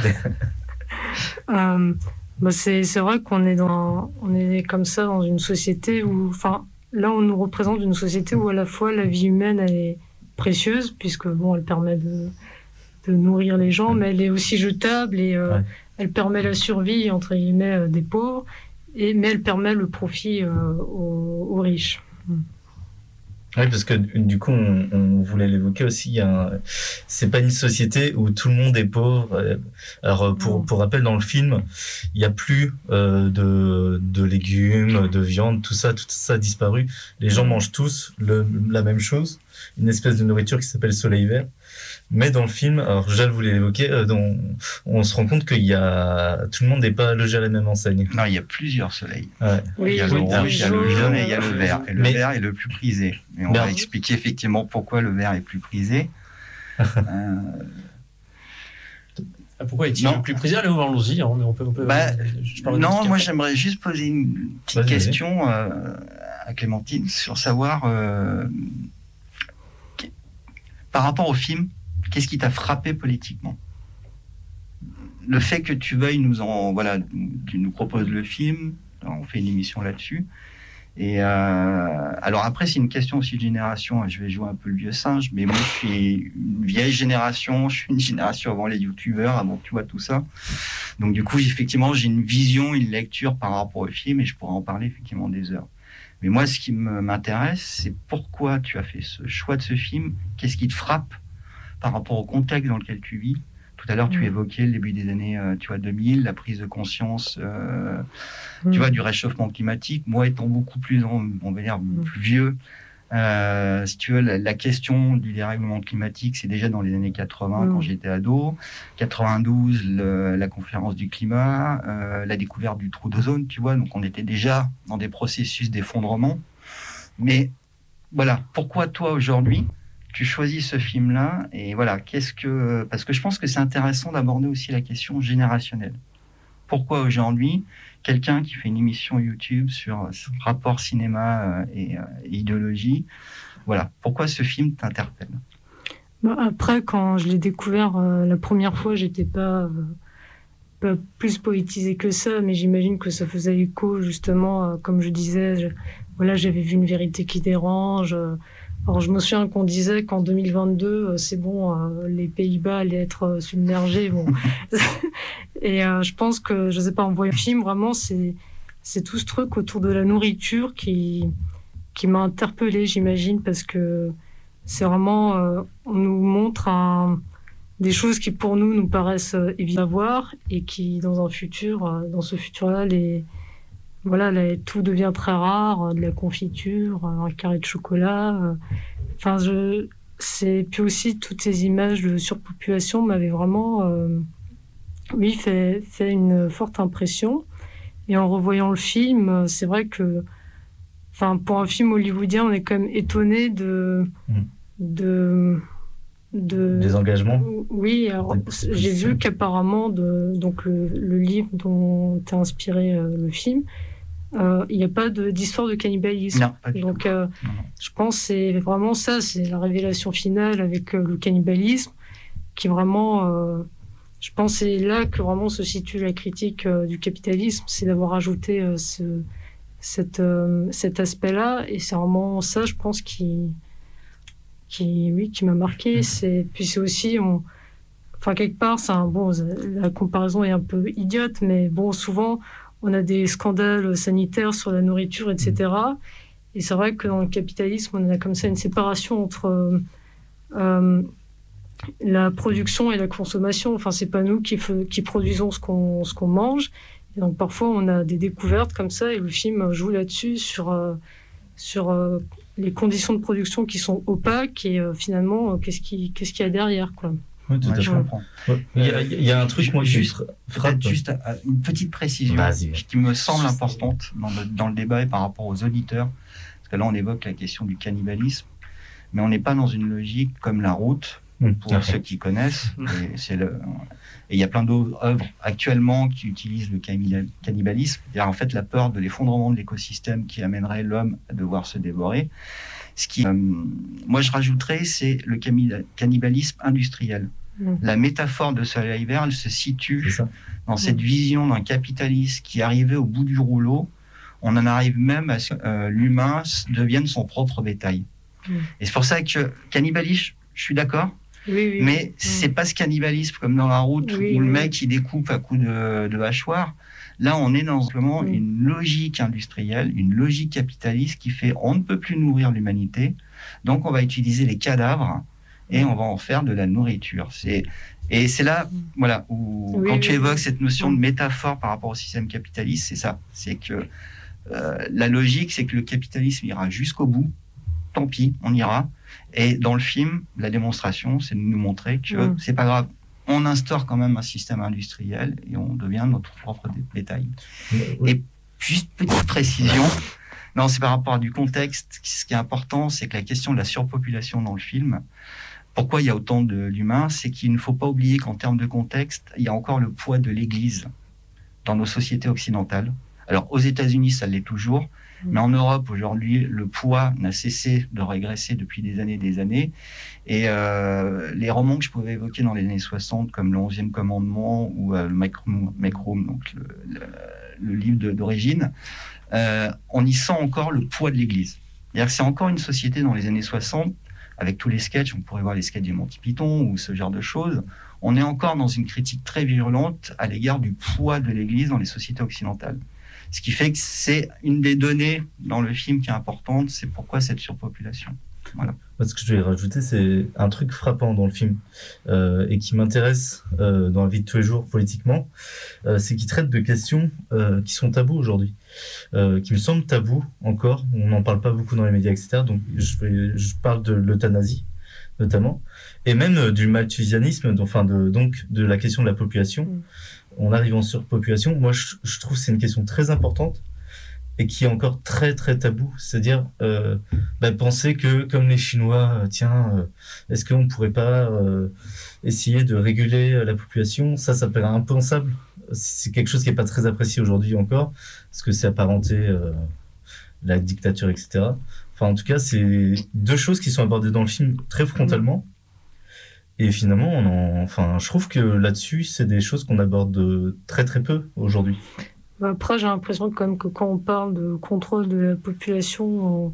des... c'est vrai qu'on est comme ça dans une société où, là on nous représente une société où à la fois la vie humaine elle est précieuse puisque elle permet de nourrir les gens, mais elle est aussi jetable et elle permet la survie entre guillemets des pauvres, mais elle permet le profit aux riches. Oui, parce que du coup, on voulait l'évoquer aussi. C'est pas une société où tout le monde est pauvre. Alors, pour rappel, dans le film, il y a plus de légumes, de viande, tout ça a disparu. Les gens mangent tous la même chose, une espèce de nourriture qui s'appelle soleil vert. Mais dans le film, alors Jal voulait l'évoquer, on se rend compte tout le monde n'est pas logé à la même enseigne. Non, il y a plusieurs soleils. Ouais. Il y a le rouge, il y a le jaune et il y a le vert. Et le vert est le plus prisé. Et on va expliquer effectivement pourquoi le vert est plus prisé. Pourquoi est-il le plus prisé? Allons-y. On peut, non, moi j'aimerais juste poser une petite question à Clémentine sur savoir par rapport au film, qu'est-ce qui t'a frappé politiquement? Le fait que tu veuilles tu nous proposes le film, on fait une émission là-dessus. Et alors après, c'est une question aussi de génération. Je vais jouer un peu le vieux singe, mais moi, je suis une vieille génération. Je suis une génération avant les youtubeurs, avant tu vois tout ça. Donc du coup, effectivement, j'ai une vision, une lecture par rapport au film, et je pourrais en parler effectivement des heures. Mais moi, ce qui m'intéresse, c'est pourquoi tu as fait ce choix de ce film. Qu'est-ce qui te frappe par rapport au contexte dans lequel tu vis? Tout à l'heure, tu évoquais le début des années 2000, la prise de conscience tu vois, du réchauffement climatique. Moi, étant beaucoup plus, on va dire, plus vieux, si tu veux, la question du dérèglement climatique, c'est déjà dans les années 80, quand j'étais ado. 92, la conférence du climat, la découverte du trou d'ozone, tu vois. Donc, on était déjà dans des processus d'effondrement. Mais voilà, pourquoi toi, aujourd'hui, tu choisis ce film-là, et voilà, parce que je pense que c'est intéressant d'aborder aussi la question générationnelle. Pourquoi aujourd'hui, quelqu'un qui fait une émission YouTube sur rapport cinéma et idéologie, voilà, pourquoi ce film t'interpelle? Après, quand je l'ai découvert la première fois, j'étais pas plus poétisé que ça, mais j'imagine que ça faisait écho, justement, comme je disais, j'avais vu Une vérité qui dérange. Alors, je me souviens qu'on disait qu'en 2022, c'est bon, les Pays-Bas allaient être submergés. Bon. Et je pense que, je sais pas, en voyant le film, vraiment, c'est tout ce truc autour de la nourriture qui m'a interpellée, j'imagine, parce que c'est vraiment, on nous montre des choses qui, pour nous paraissent évidentes à voir, et qui, dans ce futur-là, tout devient très rare, de la confiture, un carré de chocolat. Puis aussi, toutes ces images de surpopulation m'avaient vraiment fait une forte impression. Et en revoyant le film, c'est vrai que pour un film hollywoodien, on est quand même étonné des engagements. Oui, alors j'ai vu qu'apparemment, donc le livre dont est inspiré le film, il n'y a pas d'histoire de cannibalisme. Non, pas du donc tout. je pense que c'est vraiment ça, c'est la révélation finale avec le cannibalisme qui vraiment, je pense c'est là que vraiment se situe la critique du capitalisme, c'est d'avoir ajouté cet aspect-là, et c'est vraiment ça, je pense, qui m'a marqué. Puis c'est aussi, quelque part, la comparaison est un peu idiote, mais bon, souvent, on a des scandales sanitaires sur la nourriture, etc. Et c'est vrai que dans le capitalisme, on a comme ça une séparation entre la production et la consommation. C'est pas nous qui produisons ce qu'on mange. Et donc parfois, on a des découvertes comme ça, et le film joue là-dessus sur les conditions de production qui sont opaques, et finalement, qu'est-ce qu'il y a derrière, quoi. Oui, tout à fait. Je comprends. Il y a un truc, moi, juste une petite précision qui me semble importante dans le débat et par rapport aux auditeurs, parce que là, on évoque la question du cannibalisme, mais on n'est pas dans une logique comme La Route, pour ceux qui connaissent. Et il y a plein d'autres œuvres actuellement qui utilisent le cannibalisme. Il y a en fait la peur de l'effondrement de l'écosystème qui amènerait l'homme à devoir se dévorer. Moi, je rajouterais, c'est le cannibalisme industriel. La métaphore de Soleil Vert, elle se situe dans cette vision d'un capitaliste qui, arrivé au bout du rouleau, on en arrive même à ce que l'humain devienne son propre bétail. Et c'est pour ça que cannibalisme, je suis d'accord, mais c'est pas ce cannibalisme comme dans La Route, où le mec il découpe à coups de hachoir. Là, on est dans simplement une logique industrielle, une logique capitaliste qui fait on ne peut plus nourrir l'humanité, donc on va utiliser les cadavres et on va en faire de la nourriture. Et c'est là, voilà, où quand tu évoques cette notion de métaphore par rapport au système capitaliste, c'est ça. C'est que la logique, c'est que le capitalisme ira jusqu'au bout. Tant pis, on ira. Et dans le film, la démonstration, c'est de nous montrer que c'est pas grave. On instaure quand même un système industriel et on devient notre propre bétail. Et juste petite précision, non, c'est par rapport à du contexte. Ce qui est important, c'est que la question de la surpopulation dans le film, Pourquoi il y a autant d'humains? C'est qu'il ne faut pas oublier qu'en termes de contexte, il y a encore le poids de l'Église dans nos sociétés occidentales. Alors, aux États-Unis, ça l'est toujours, mais en Europe, aujourd'hui, le poids n'a cessé de régresser depuis des années. Et les romans que je pouvais évoquer dans les années 60, comme Le 11e commandement ou le Make Room, donc le livre d'origine, on y sent encore le poids de l'Église. C'est-à-dire que c'est encore une société dans les années 60, avec tous les sketchs, on pourrait voir les sketchs du Monty Python ou ce genre de choses, on est encore dans une critique très virulente à l'égard du poids de l'Église dans les sociétés occidentales. Ce qui fait que c'est une des données dans le film qui est importante, c'est pourquoi cette surpopulation. Voilà. Ce que je vais rajouter, c'est un truc frappant dans le film et qui m'intéresse dans la vie de tous les jours politiquement, c'est qu'il traite de questions qui sont tabous aujourd'hui, qui me semblent tabous encore. On n'en parle pas beaucoup dans les médias, etc. Donc je parle de l'euthanasie notamment, et même du malthusianisme, donc de la question de la population. On arrive en surpopulation. Moi, je trouve que c'est une question très importante et qui est encore très très tabou. C'est-à-dire penser que comme les Chinois, est-ce qu'on ne pourrait pas essayer de réguler la population? Ça paraît impensable. C'est quelque chose qui n'est pas très apprécié aujourd'hui encore, parce que c'est apparenté la dictature, etc. Enfin, en tout cas, c'est deux choses qui sont abordées dans le film très frontalement. Et finalement, je trouve que là-dessus, c'est des choses qu'on aborde très très peu aujourd'hui. Après, j'ai l'impression quand même que quand on parle de contrôle de la population,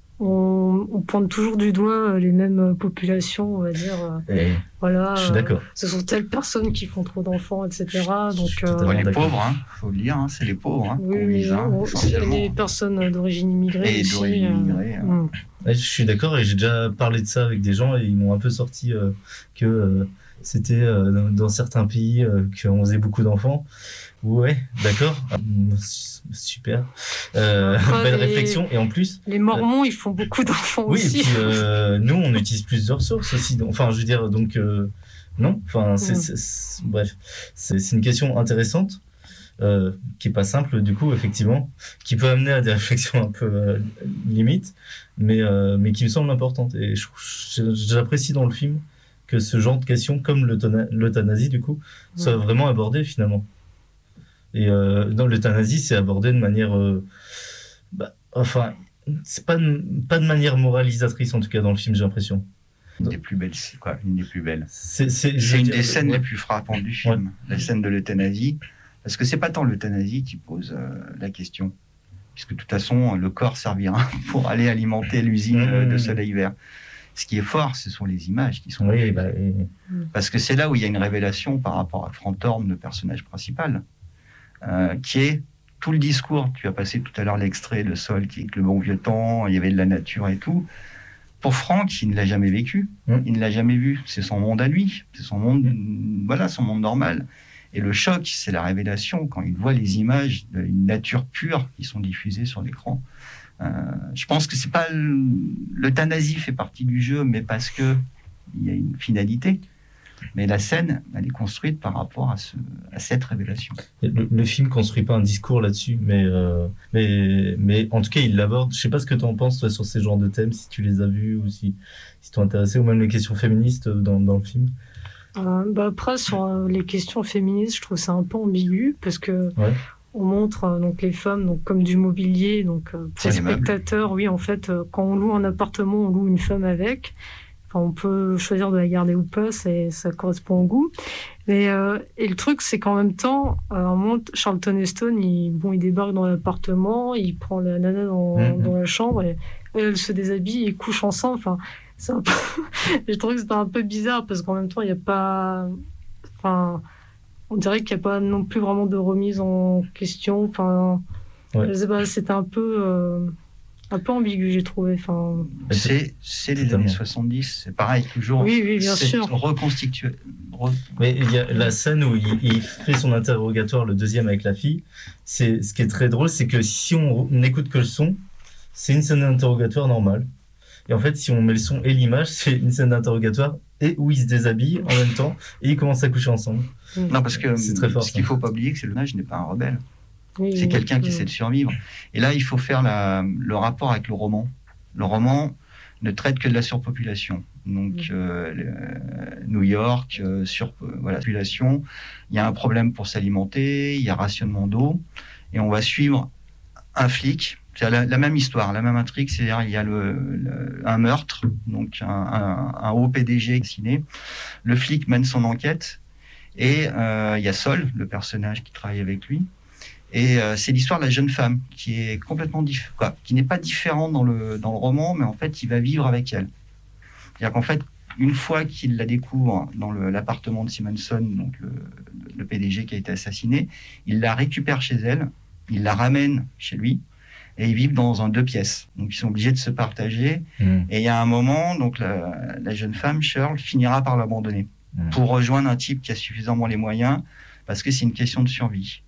on pointe toujours du doigt les mêmes populations, on va dire. Voilà, je suis d'accord. Ce sont telles personnes qui font trop d'enfants, etc. Donc, les pauvres, faut le dire, c'est les pauvres qu'on vise. Les personnes d'origine immigrée. Et d'origine immigrée. Je suis d'accord, et j'ai déjà parlé de ça avec des gens, et ils m'ont un peu sorti que c'était dans certains pays qu'on faisait beaucoup d'enfants. Ouais, d'accord, super, belle réflexion. Et en plus, les Mormons ils font beaucoup d'enfants aussi. Oui, et puis nous on utilise plus de ressources aussi, enfin je veux dire, donc non, enfin bref, c'est une question intéressante qui est pas simple du coup, effectivement, qui peut amener à des réflexions un peu limites, mais qui me semble importante, et j'apprécie dans le film que ce genre de questions comme l'euthanasie du coup soit vraiment abordé finalement. Et dans l'euthanasie, c'est abordé de manière, c'est pas de manière moralisatrice en tout cas dans le film, j'ai l'impression. Une des plus belles, une des plus belles. C'est une des scènes les plus frappantes du film, la scène de l'euthanasie, parce que c'est pas tant l'euthanasie qui pose la question, puisque de toute façon le corps servira pour aller alimenter l'usine de Soleil Vert. Ce qui est fort, ce sont les images qui sont parce que c'est là où il y a une révélation par rapport à Frank Thorne, le personnage principal. Qui est tout le discours. Tu as passé tout à l'heure l'extrait, le sol qui est le bon vieux temps, il y avait de la nature et tout. Pour Franck, il ne l'a jamais vécu, il ne l'a jamais vu. C'est son monde à lui, c'est son monde, son monde normal. Et le choc, c'est la révélation quand il voit les images d'une nature pure qui sont diffusées sur l'écran. Je pense que c'est pas l'euthanasie fait partie du jeu, mais parce que il y a une finalité. Mais la scène, elle est construite par rapport à cette révélation. Le film construit pas un discours là-dessus, mais en tout cas, il l'aborde. Je sais pas ce que tu en penses, toi, sur ces genres de thèmes, si tu les as vus ou si t'es intéressé, ou même les questions féministes dans le film. Après, sur les questions féministes, je trouve ça un peu ambigu, parce que on montre donc les femmes donc comme du mobilier, donc pour les spectateurs. Oui, en fait, quand on loue un appartement, on loue une femme avec. Enfin, on peut choisir de la garder ou pas, ça correspond au goût. Et le truc, c'est qu'en même temps, à un moment, Charlton Heston, il débarque dans l'appartement, il prend la nana dans la chambre, et elle se déshabille et couche ensemble. Enfin, c'est un peu... Je trouve que c'était un peu bizarre, parce qu'en même temps, il n'y a pas... Enfin, on dirait qu'il n'y a pas non plus vraiment de remise en question. Enfin, je sais pas, c'était un peu ambigu, j'ai trouvé. Enfin... C'est les années 70, c'est pareil, toujours. Oui, bien sûr. Reconstitué. Mais il y a la scène où il fait son interrogatoire, le deuxième avec la fille. Ce qui est très drôle, c'est que si on n'écoute que le son, c'est une scène d'interrogatoire normale. Et en fait, si on met le son et l'image, c'est une scène d'interrogatoire et où ils se déshabillent en même temps et ils commencent à coucher ensemble. Non, parce que c'est très fort, ce qu'il ne faut pas oublier, c'est que le personnage n'est pas un rebelle. C'est quelqu'un qui essaie de survivre. Et là, il faut faire le rapport avec le roman. Le roman ne traite que de la surpopulation, Donc New York, voilà, population, il y a un problème pour s'alimenter, il y a rationnement d'eau, et on va suivre un flic. C'est la même histoire, la même intrigue, c'est-à-dire il y a un meurtre, donc un haut PDG assassiné. Le flic mène son enquête et il y a Sol, le personnage qui travaille avec lui. Et c'est l'histoire de la jeune femme qui est complètement qui n'est pas différente dans le roman, mais en fait il va vivre avec elle. C'est-à-dire qu'en fait, une fois qu'il la découvre dans l'appartement de Simonson, donc le PDG qui a été assassiné, il la récupère chez elle, il la ramène chez lui. Et ils vivent dans un 2 pièces. Donc, ils sont obligés de se partager. Et il y a un moment, donc la jeune femme, Shirl, finira par l'abandonner pour rejoindre un type qui a suffisamment les moyens, parce que c'est une question de survie.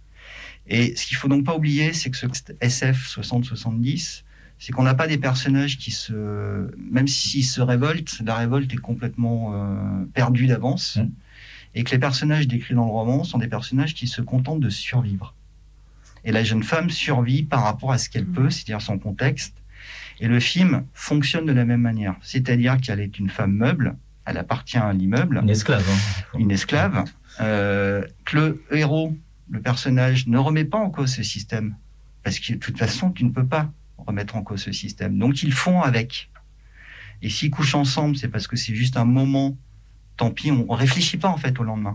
Et ce qu'il faut donc pas oublier, c'est que ce SF 60-70, c'est qu'on n'a pas des personnages qui même s'ils se révoltent, la révolte est complètement perdue d'avance. Et que les personnages décrits dans le roman sont des personnages qui se contentent de survivre. Et la jeune femme survit par rapport à ce qu'elle peut, c'est-à-dire son contexte. Et le film fonctionne de la même manière. C'est-à-dire qu'elle est une femme meuble, elle appartient à l'immeuble. Une esclave. Une esclave. Que le héros, le personnage, ne remet pas en cause ce système. Parce que de toute façon, tu ne peux pas remettre en cause ce système. Donc ils font avec. Et s'ils couchent ensemble, c'est parce que c'est juste un moment. Tant pis, on ne réfléchit pas en fait au lendemain.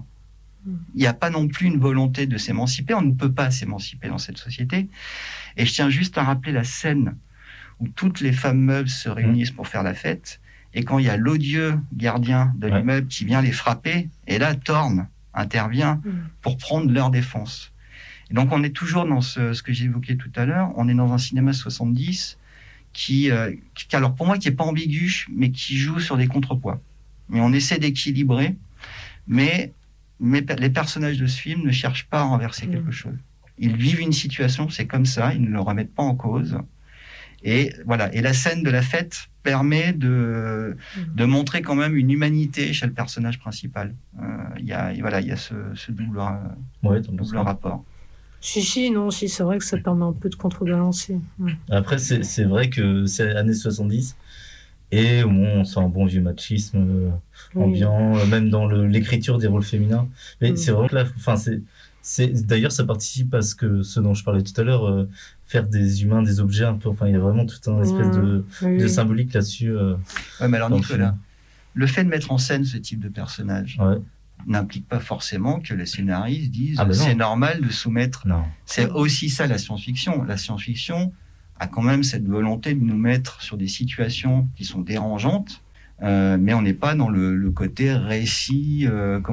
Il n'y a pas non plus une volonté de s'émanciper. On ne peut pas s'émanciper dans cette société. Et je tiens juste à rappeler la scène où toutes les femmes meubles se réunissent pour faire la fête. Et quand il y a l'odieux gardien de l'immeuble qui vient les frapper, et là, Thorne intervient pour prendre leur défense. Et donc, on est toujours dans ce que j'évoquais tout à l'heure. On est dans un cinéma 70 qui alors pour moi, qui n'est pas ambigu, mais qui joue sur des contrepoids. Mais on essaie d'équilibrer. Mais les personnages de ce film ne cherchent pas à renverser quelque chose. Ils vivent une situation, c'est comme ça, ils ne le remettent pas en cause. Et voilà. Et la scène de la fête permet de montrer quand même une humanité chez le personnage principal. Il y a ce double rapport. Si, c'est vrai que ça permet un peu de contrebalancer. Après, c'est vrai que c'est années 70. Et on sent un bon vieux machisme ambiant, même dans l'écriture des rôles féminins. Mais c'est vraiment que là, d'ailleurs, ça participe à ce dont je parlais tout à l'heure, faire des humains des objets un peu. Enfin, il y a vraiment tout un espèce de symbolique là-dessus. Mais alors, Nicolas, le fait de mettre en scène ce type de personnage n'implique pas forcément que les scénaristes disent c'est normal de soumettre. Non. C'est aussi ça la science-fiction. La science-fiction a quand même cette volonté de nous mettre sur des situations qui sont dérangeantes, mais on n'est pas dans le côté récit,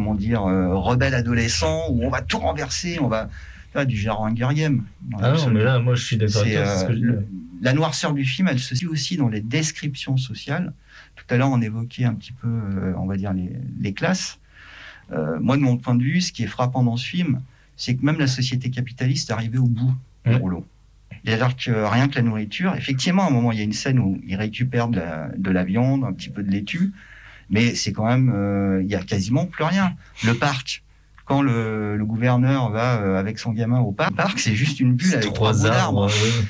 rebelle adolescent, où on va tout renverser, on va faire du genre Hunger Games. Non, mais là, moi, je suis d'accord avec toi. La noirceur du film, elle se situe aussi dans les descriptions sociales. Tout à l'heure, on évoquait un petit peu, on va dire, les classes. Moi, de mon point de vue, ce qui est frappant dans ce film, c'est que même la société capitaliste est arrivée au bout du rouleau. C'est-à-dire que rien que la nourriture, effectivement, à un moment, il y a une scène où ils récupèrent de la viande, un petit peu de laitue, mais c'est quand même, il y a quasiment plus rien. Le parc, quand le gouverneur va avec son gamin au parc, c'est juste une bulle avec 3 bouts d'arbres.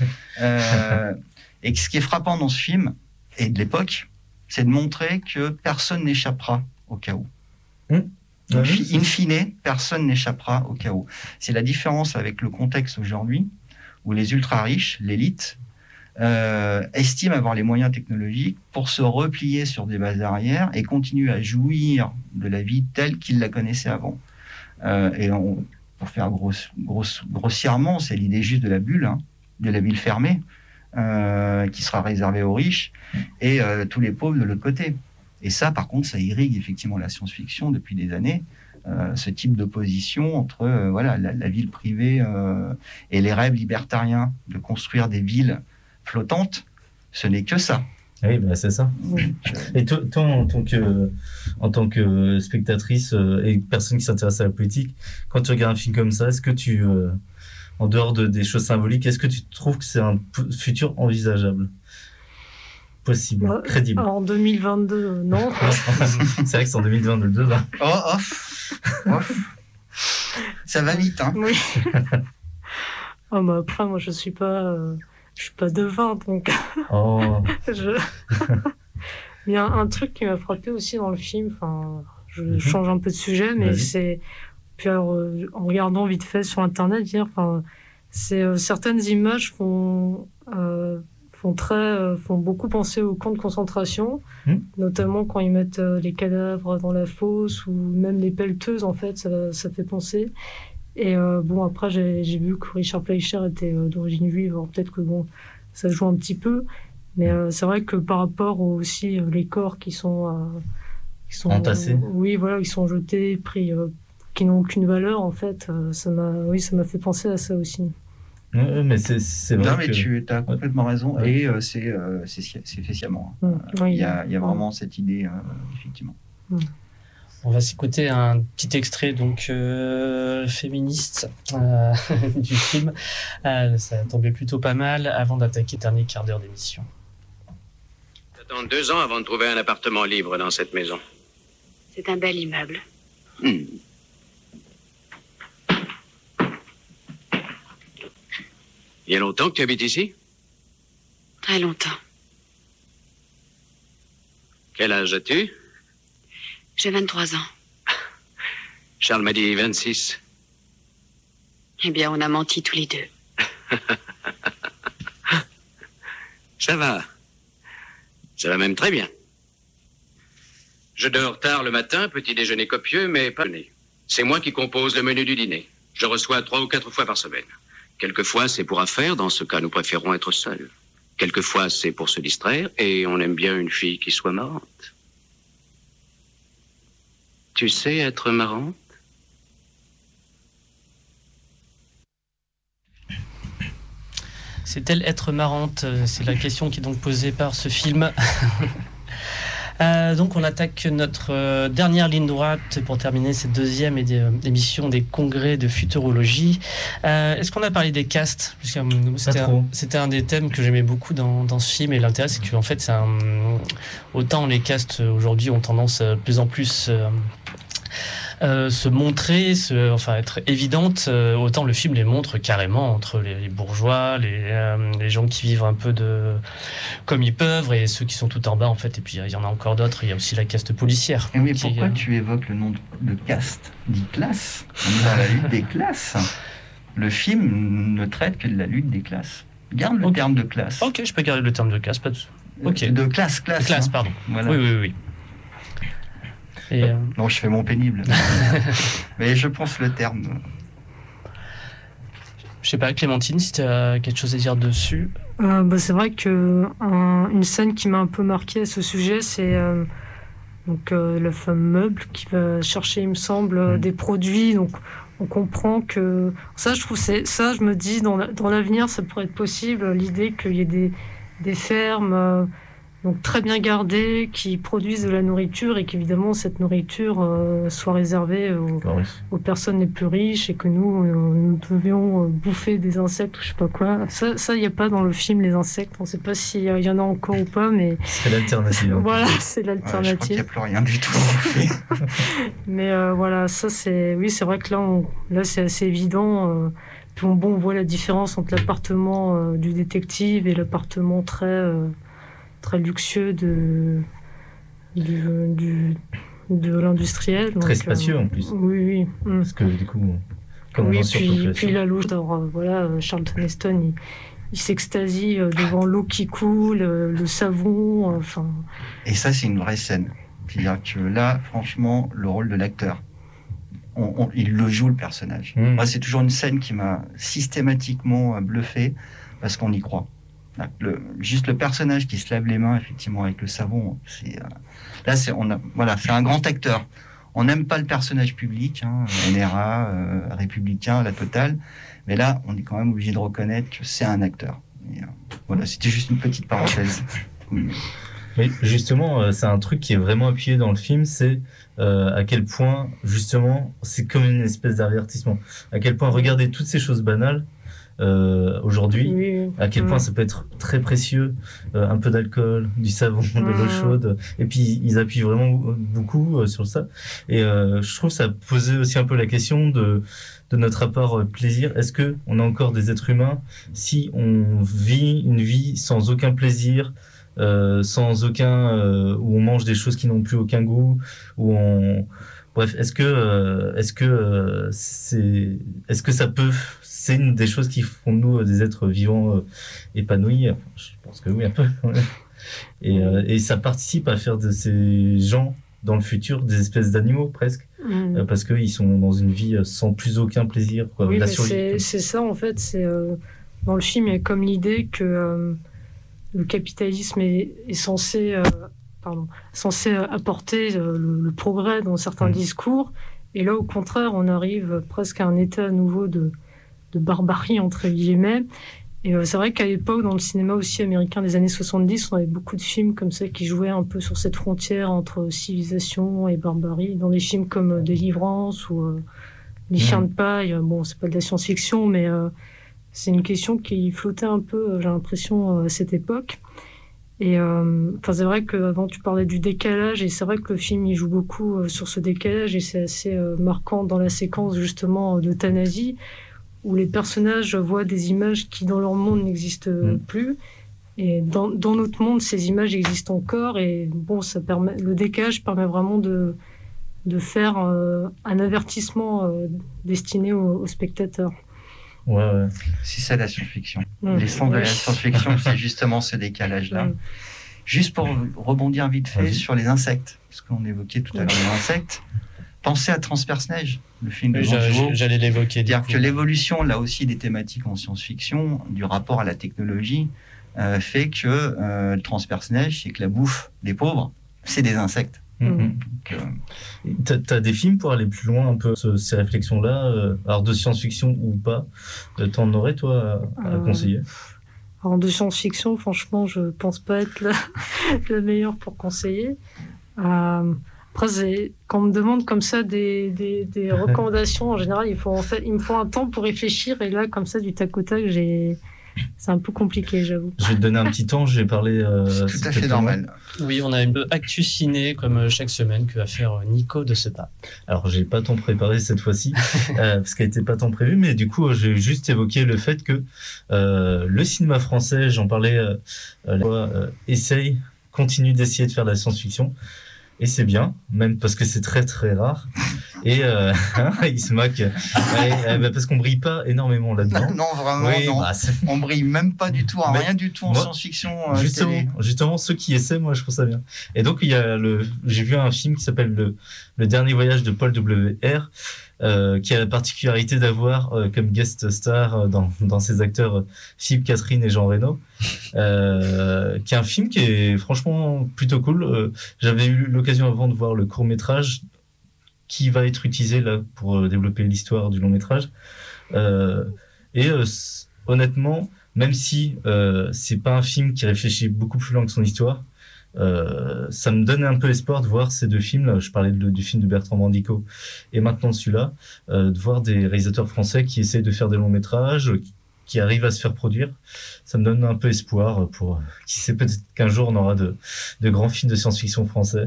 Et ce qui est frappant dans ce film, et de l'époque, c'est de montrer que personne n'échappera au chaos. In fine, personne n'échappera au chaos. C'est la différence avec le contexte aujourd'hui, où les ultra-riches, l'élite, estiment avoir les moyens technologiques pour se replier sur des bases arrières et continuer à jouir de la vie telle qu'ils la connaissaient avant. Pour faire grossièrement, c'est l'idée juste de la bulle, de la ville fermée, qui sera réservée aux riches, et tous les pauvres de l'autre côté. Et ça, par contre, ça irrigue effectivement la science-fiction depuis des années. Ce type d'opposition entre la ville privée et les rêves libertariens de construire des villes flottantes, ce n'est que ça. Oui, c'est ça. Et toi, en tant que spectatrice et personne qui s'intéresse à la politique, quand tu regardes un film comme ça, est-ce que tu, en dehors des choses symboliques, est-ce que tu trouves que c'est un futur envisageable ? Possible, crédible. En 2022, non. C'est vrai que c'est en 2022, là. Ça va vite, hein. Oui. Après, moi, je suis pas devin, donc. Il y a un truc qui m'a frappé aussi dans le film, enfin, je change un peu de sujet, mais c'est... Puis alors, en regardant vite fait sur Internet, dire, enfin, certaines images font beaucoup penser aux camps de concentration, notamment quand ils mettent les cadavres dans la fosse ou même les pelleteuses, en fait, ça fait penser. Et bon, après, j'ai vu que Richard Fleischer était d'origine juive, alors peut-être que bon, ça joue un petit peu, mais c'est vrai que par rapport aussi les corps qui sont entassés. Oui, voilà, ils sont jetés, pris, qui n'ont aucune valeur, en fait, ça m'a fait penser à ça aussi. Mais c'est vrai. Non, mais tu as complètement raison. Et c'est fait sciemment. Il y a vraiment cette idée, effectivement. On va s'écouter un petit extrait donc féministe du film. Ça tombait plutôt pas mal avant d'attaquer le dernier quart d'heure d'émission. J'attends 2 ans avant de trouver un appartement libre dans cette maison. C'est un bel immeuble. Il y a longtemps que tu habites ici? Très longtemps. Quel âge as-tu? J'ai 23 ans. Charles m'a dit 26. Eh bien, on a menti tous les deux. Ça va. Ça va même très bien. Je dors tard le matin, petit déjeuner copieux, mais pas dîner. C'est moi qui compose le menu du dîner. Je reçois 3 ou 4 fois par semaine. Quelquefois, c'est pour affaires. Dans ce cas, nous préférons être seuls. Quelquefois, c'est pour se distraire. Et on aime bien une fille qui soit marrante. Tu sais être marrante? Sait-elle être marrante? C'est la question qui est donc posée par ce film. Donc on attaque notre dernière ligne droite pour terminer cette deuxième émission des congrès de futurologie. Est-ce qu'on a parlé des castes? C'était un des thèmes que j'aimais beaucoup dans ce film, et l'intérêt c'est qu'en fait autant les castes aujourd'hui ont tendance de plus en plus se montrer, être évidente, autant le film les montre carrément entre les bourgeois, les gens qui vivent un peu comme ils peuvent, et ceux qui sont tout en bas en fait. Et puis il y en a encore d'autres. Il y a aussi la caste policière. Et oui, pourquoi tu évoques le nom de caste? Dit classe. On est dans la lutte des classes. Le film ne traite que de la lutte des classes. Garde le terme de classe. Ok, je peux garder le terme de classe, pas de... Ok. De classe. Classe, pardon. Voilà. Oui. Et Non, je fais mon pénible. Mais je pense le terme. Je sais pas, Clémentine, si tu as quelque chose à dire dessus. C'est vrai que une scène qui m'a un peu marqué à ce sujet, c'est le fameux meuble qui va chercher, il me semble, des produits. Donc on comprend que ça, je me dis dans l'avenir, ça pourrait être possible, l'idée qu'il y ait des fermes. Donc très bien gardés, qui produisent de la nourriture, et qu'évidemment cette nourriture soit réservée aux personnes les plus riches, et que nous devions bouffer des insectes ou je sais pas quoi. Ça, il n'y a pas dans le film les insectes. On ne sait pas s'il y en a encore ou pas, mais c'est l'alternative. Voilà, c'est l'alternative. Je crois qu'il n'y a plus rien du tout. Mais voilà, ça c'est vrai que là c'est assez évident. Puis on voit la différence entre l'appartement du détective et l'appartement très luxueux de l'industriel. Très spacieux en plus. Oui. Parce que du coup, puis la loge, Charlton Heston, il s'extasie devant l'eau qui coule, le savon, enfin. Et ça, c'est une vraie scène. C'est-à-dire que là, franchement, le rôle de l'acteur, il le joue, le personnage. Moi, c'est toujours une scène qui m'a systématiquement bluffé, parce qu'on y croit. Juste le personnage qui se lave les mains effectivement avec le savon, c'est un grand acteur. On n'aime pas le personnage public, NRA, républicain, la totale, mais là on est quand même obligé de reconnaître que c'est un acteur. Et, voilà, c'était juste une petite parenthèse. Mais justement, c'est un truc qui est vraiment appuyé dans le film, c'est à quel point justement c'est comme une espèce d'avertissement. À quel point regarder toutes ces choses banales. Aujourd'hui, à quel point ça peut être très précieux, un peu d'alcool, du savon, de l'eau chaude, et puis ils appuient vraiment beaucoup sur ça, et je trouve que ça posait aussi un peu la question de notre rapport plaisir. Est-ce que on est encore des êtres humains si on vit une vie sans aucun plaisir, sans aucun, où on mange des choses qui n'ont plus aucun goût, où on, bref, est-ce que ça peut, c'est une des choses qui font de nous des êtres vivants épanouis? Je pense que oui, un peu. Et ça participe à faire de ces gens dans le futur des espèces d'animaux presque, parce qu'ils sont dans une vie sans plus aucun plaisir. Quoi, oui, mais c'est ça en fait. C'est dans le film, il y a comme l'idée que le capitalisme est censé apporter le progrès dans certains discours, et là au contraire, on arrive presque à un état nouveau de barbarie entre guillemets. Et c'est vrai qu'à l'époque, dans le cinéma aussi américain des années 70, on avait beaucoup de films comme ça qui jouaient un peu sur cette frontière entre civilisation et barbarie, dans des films comme Délivrance ou Les Chiens de paille. Bon, c'est pas de la science-fiction, mais c'est une question qui flottait un peu, j'ai l'impression, à cette époque. Et c'est vrai qu'avant, tu parlais du décalage, et c'est vrai que le film, il joue beaucoup sur ce décalage, et c'est assez marquant dans la séquence, justement, d'euthanasie, où les personnages voient des images qui, dans leur monde, n'existent plus. Et dans notre monde, ces images existent encore. Et bon, le décalage permet vraiment de faire un avertissement destiné aux spectateurs. Ouais. C'est ça la science-fiction. L'essence de la science-fiction, c'est justement ce décalage-là. Juste pour rebondir vite fait sur les insectes, parce qu'on évoquait tout à l'heure les insectes. Pensez à Transperce-Neige, le film de Jean Jouot. J'allais l'évoquer. C'est-à-dire que l'évolution, là aussi, des thématiques en science-fiction, du rapport à la technologie, fait que Transperce-Neige, c'est que la bouffe des pauvres, c'est des insectes. T'as des films pour aller plus loin un peu ces réflexions-là, alors de science-fiction ou pas, t'en aurais toi à conseiller? Alors de science-fiction, franchement, je pense pas être la meilleure pour conseiller. Après, quand on me demande comme ça des recommandations, en général, il me faut un temps pour réfléchir, et là, comme ça, du tac au tac, c'est un peu compliqué, j'avoue. Je vais te donner un petit temps, je vais parler... c'est tout à fait normal. Oui, on a une actu ciné, comme chaque semaine, que va faire Nico de ce pas. Alors, j'ai pas tant préparé cette fois-ci, parce qu'elle n'était pas tant prévue, mais du coup, j'ai juste évoqué le fait que le cinéma français, j'en parlais, continue d'essayer de faire de la science-fiction. Et c'est bien, même parce que c'est très très rare. Et il se moque. Parce qu'on brille pas énormément là-dedans. Non, vraiment, oui, non. On brille même pas du tout, rien du tout en science-fiction. Justement, ceux qui essaient, moi, je trouve ça bien. Et donc, j'ai vu un film qui s'appelle Le Dernier Voyage de Paul W.R., qui a la particularité d'avoir comme guest star dans ses acteurs Philippe Catherine et Jean Reno, qui est un film qui est franchement plutôt cool. J'avais eu l'occasion avant de voir le court-métrage qui va être utilisé là pour développer l'histoire du long-métrage. Honnêtement, même si c'est pas un film qui réfléchit beaucoup plus loin que son histoire, ça me donne un peu espoir de voir ces deux films là. Je parlais du film de Bertrand Mandico et maintenant celui-là, de voir des réalisateurs français qui essayent de faire des longs métrages, qui arrivent à se faire produire. Ça me donne un peu espoir pour qui sait, peut-être qu'un jour on aura de grands films de science-fiction français.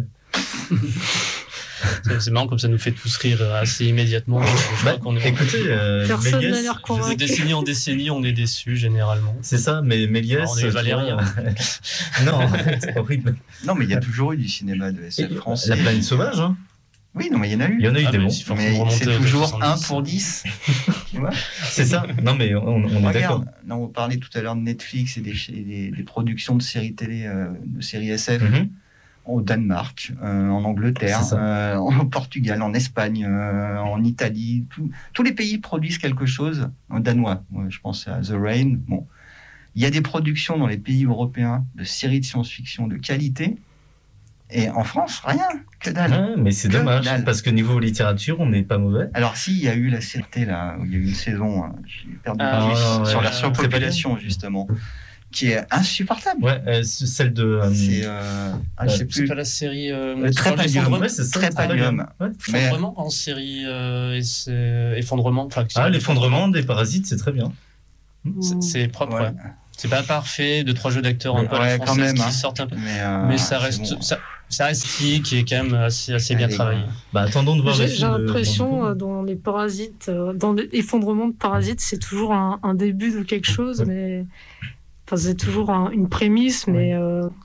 C'est marrant, comme ça nous fait tous rire assez immédiatement. Écoutez, personne n'a Méliès, l'air convaincu. De décennie en décennie, on est déçus généralement. c'est ça, mais Méliès, On est Valérien. non, c'est horrible. Non, mais il y a toujours eu du cinéma de SF français. La Planète Sauvage, hein. Oui, non, mais il y en a eu. Il y en a eu des bons. Mais c'est toujours 1 pour 10. Tu vois, c'est ça. Non, mais on est d'accord. Non, on parlait tout à l'heure de Netflix et des productions de séries télé, de séries SF. Au Danemark, en Angleterre, en Portugal, en Espagne, en Italie. Tous les pays produisent quelque chose. En danois, je pense à The Rain. Bon, il y a des productions dans les pays européens de séries de science-fiction de qualité. Et en France, rien, que dalle. Mais c'est dommage, parce que niveau littérature, on n'est pas mauvais. Alors si, il y a eu la CT, là, où il y a eu une saison, j'ai perdu sur la surpopulation, justement, qui est insupportable. Ouais, celle de... je sais plus. C'est pas la série... Trépalium. Trépalium. Effondrement en série... effondrement. L'effondrement des parasites, c'est très bien. C'est propre, ouais. C'est pas parfait, 2-3 jeux d'acteurs un peu à la française qui sortent un peu. Mais ça reste... Ça reste qui est quand même assez bien travaillé. Attendons de voir. J'ai l'impression dans les parasites, dans l'effondrement de parasites, c'est toujours un début de quelque chose, mais c'est toujours une prémisse, mais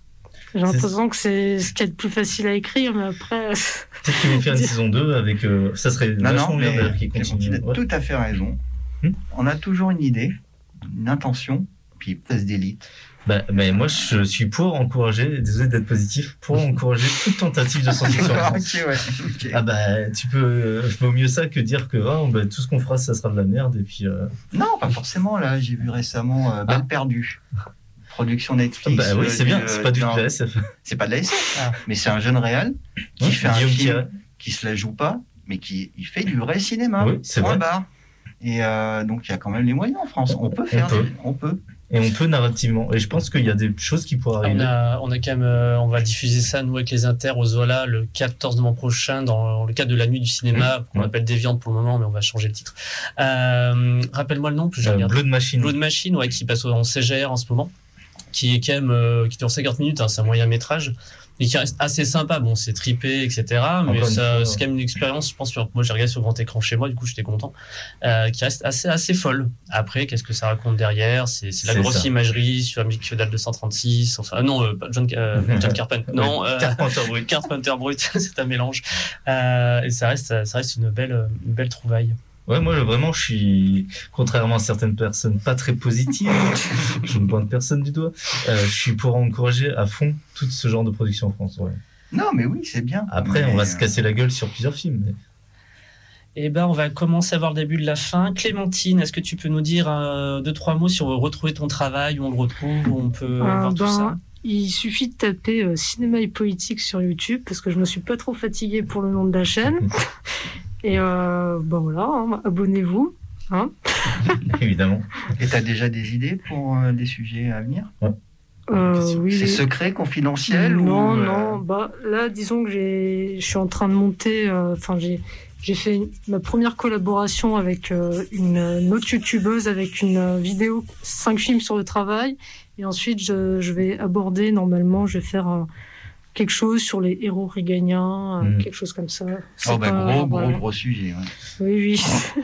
J'ai l'impression que c'est ce qu'il y a de plus facile à écrire, mais après... Peut-être qu'ils vont faire une saison 2 avec... ça serait vachement bien d'ailleurs qu'ils continuent. Tu as tout à fait raison. On a toujours une idée, une intention, puis place d'élite. Mais moi, je suis pour encourager, désolé d'être positif, pour encourager toute tentative de science-fiction en France. Okay. Tu peux... vaut mieux ça que dire que tout ce qu'on fera, ça sera de la merde, et puis... Non, pas forcément, là. J'ai vu récemment Balle perdue. Production Netflix. Oui, c'est bien, c'est pas du tout de la SF. C'est pas de la SF, mais c'est un jeune réal qui fait un film qui se la joue pas, mais qui fait du vrai cinéma. Oui, c'est vrai. Et donc, il y a quand même les moyens en France. On peut faire on peut. Et on peut narrativement. Et je pense qu'il y a des choses qui pourraient arriver. On a quand même, on va diffuser ça, nous, avec les Inter, au Zola, le 14 novembre prochain, dans le cadre de la nuit du cinéma, qu'on appelle Déviante pour le moment, mais on va changer le titre. Rappelle-moi le nom, que je regarde. Blood Machine. Blood Machine, qui passe en CGR en ce moment, qui est quand même, qui dure 50 minutes, c'est un moyen métrage. Et qui reste assez sympa. Bon, c'est trippé, etc. Mais c'est quand même une expérience, je pense, moi j'ai regardé sur grand écran chez moi, du coup j'étais content, qui reste assez folle. Après, qu'est-ce que ça raconte derrière? C'est la grosse imagerie sur Amic Feudal 236, John Carpenter. Non, Carpenter Brut, c'est un mélange. Et ça reste une belle trouvaille. Ouais, moi vraiment, je suis, contrairement à certaines personnes pas très positives, je ne pointe personne du doigt, je suis pour encourager à fond tout ce genre de production en France. Ouais. Non, mais oui, c'est bien. Après, on va se casser la gueule sur plusieurs films. On va commencer à voir le début de la fin. Clémentine, est-ce que tu peux nous dire 2-3 mots sur retrouver ton travail, où on le retrouve, où on peut voir tout ça? Il suffit de taper cinéma et politique sur YouTube, parce que je me suis pas trop fatiguée pour le nom de la chaîne. Et voilà, abonnez-vous. Évidemment. Et tu as déjà des idées pour des sujets à venir? Oui. C'est secret, confidentiel? Non. Là, disons que je suis en train de monter... j'ai fait ma première collaboration avec une autre youtubeuse, avec une vidéo 5 films sur le travail. Et ensuite, je vais aborder, normalement, je vais faire... quelque chose sur les héros réganiens, quelque chose comme ça. Gros sujet. Ouais. Oui.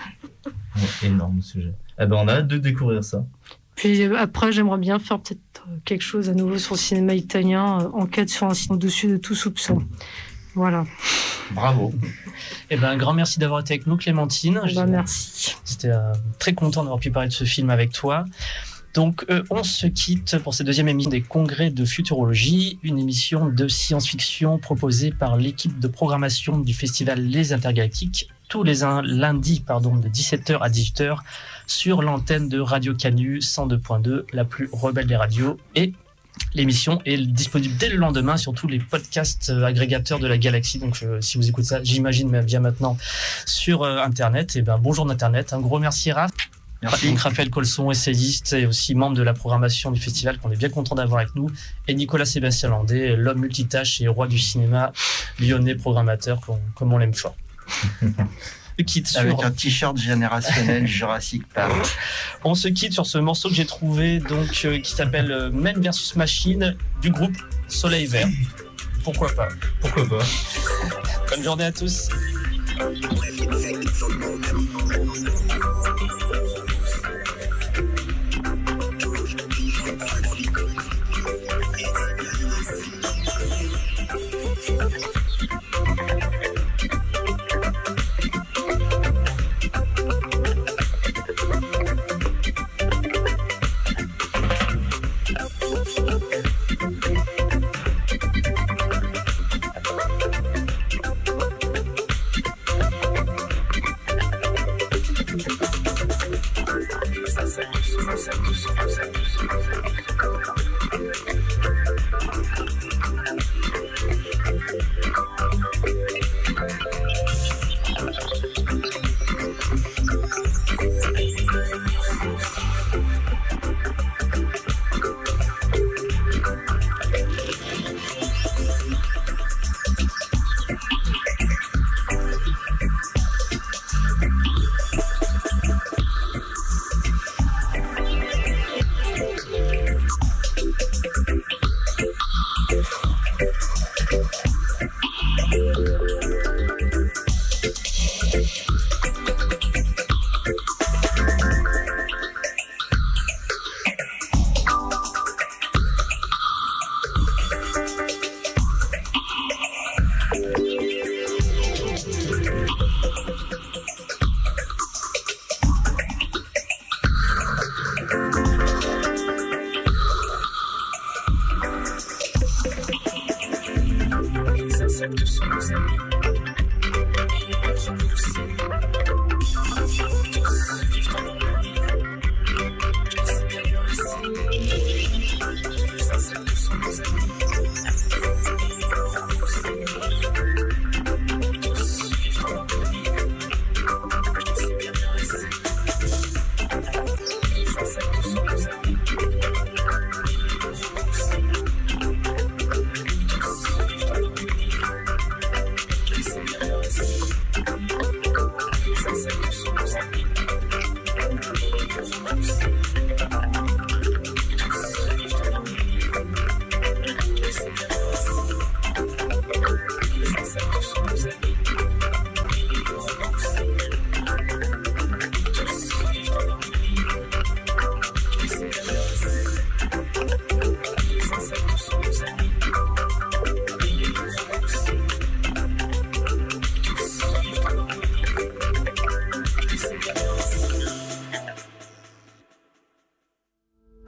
Énorme sujet. On a hâte de découvrir ça. Puis après, j'aimerais bien faire peut-être quelque chose à nouveau sur le cinéma italien, enquête sur un cinéma au-dessus de tout soupçon. Voilà. Bravo. Un grand merci d'avoir été avec nous, Clémentine. Merci. C'était très content d'avoir pu parler de ce film avec toi. Donc, on se quitte pour cette deuxième émission des congrès de futurologie, une émission de science-fiction proposée par l'équipe de programmation du festival Les Intergalactiques, tous les lundis de 17h à 18h, sur l'antenne de Radio Canu 102.2, la plus rebelle des radios. Et l'émission est disponible dès le lendemain sur tous les podcasts agrégateurs de la galaxie. Donc, si vous écoutez ça, j'imagine bien maintenant sur Internet. Bonjour d'Internet. Un gros merci, Raph. Merci. Donc Raphaël Colson, essayiste et aussi membre de la programmation du festival, qu'on est bien content d'avoir avec nous, et Nicolas Sébastien Landais, l'homme multitâche et roi du cinéma lyonnais, programmateur, comme on l'aime fort. Avec un t-shirt générationnel Jurassic Park. On se quitte sur ce morceau que j'ai trouvé, qui s'appelle Men vs Machine, du groupe Soleil Vert. Pourquoi pas. Bonne journée à tous. Concepts sont nos amis.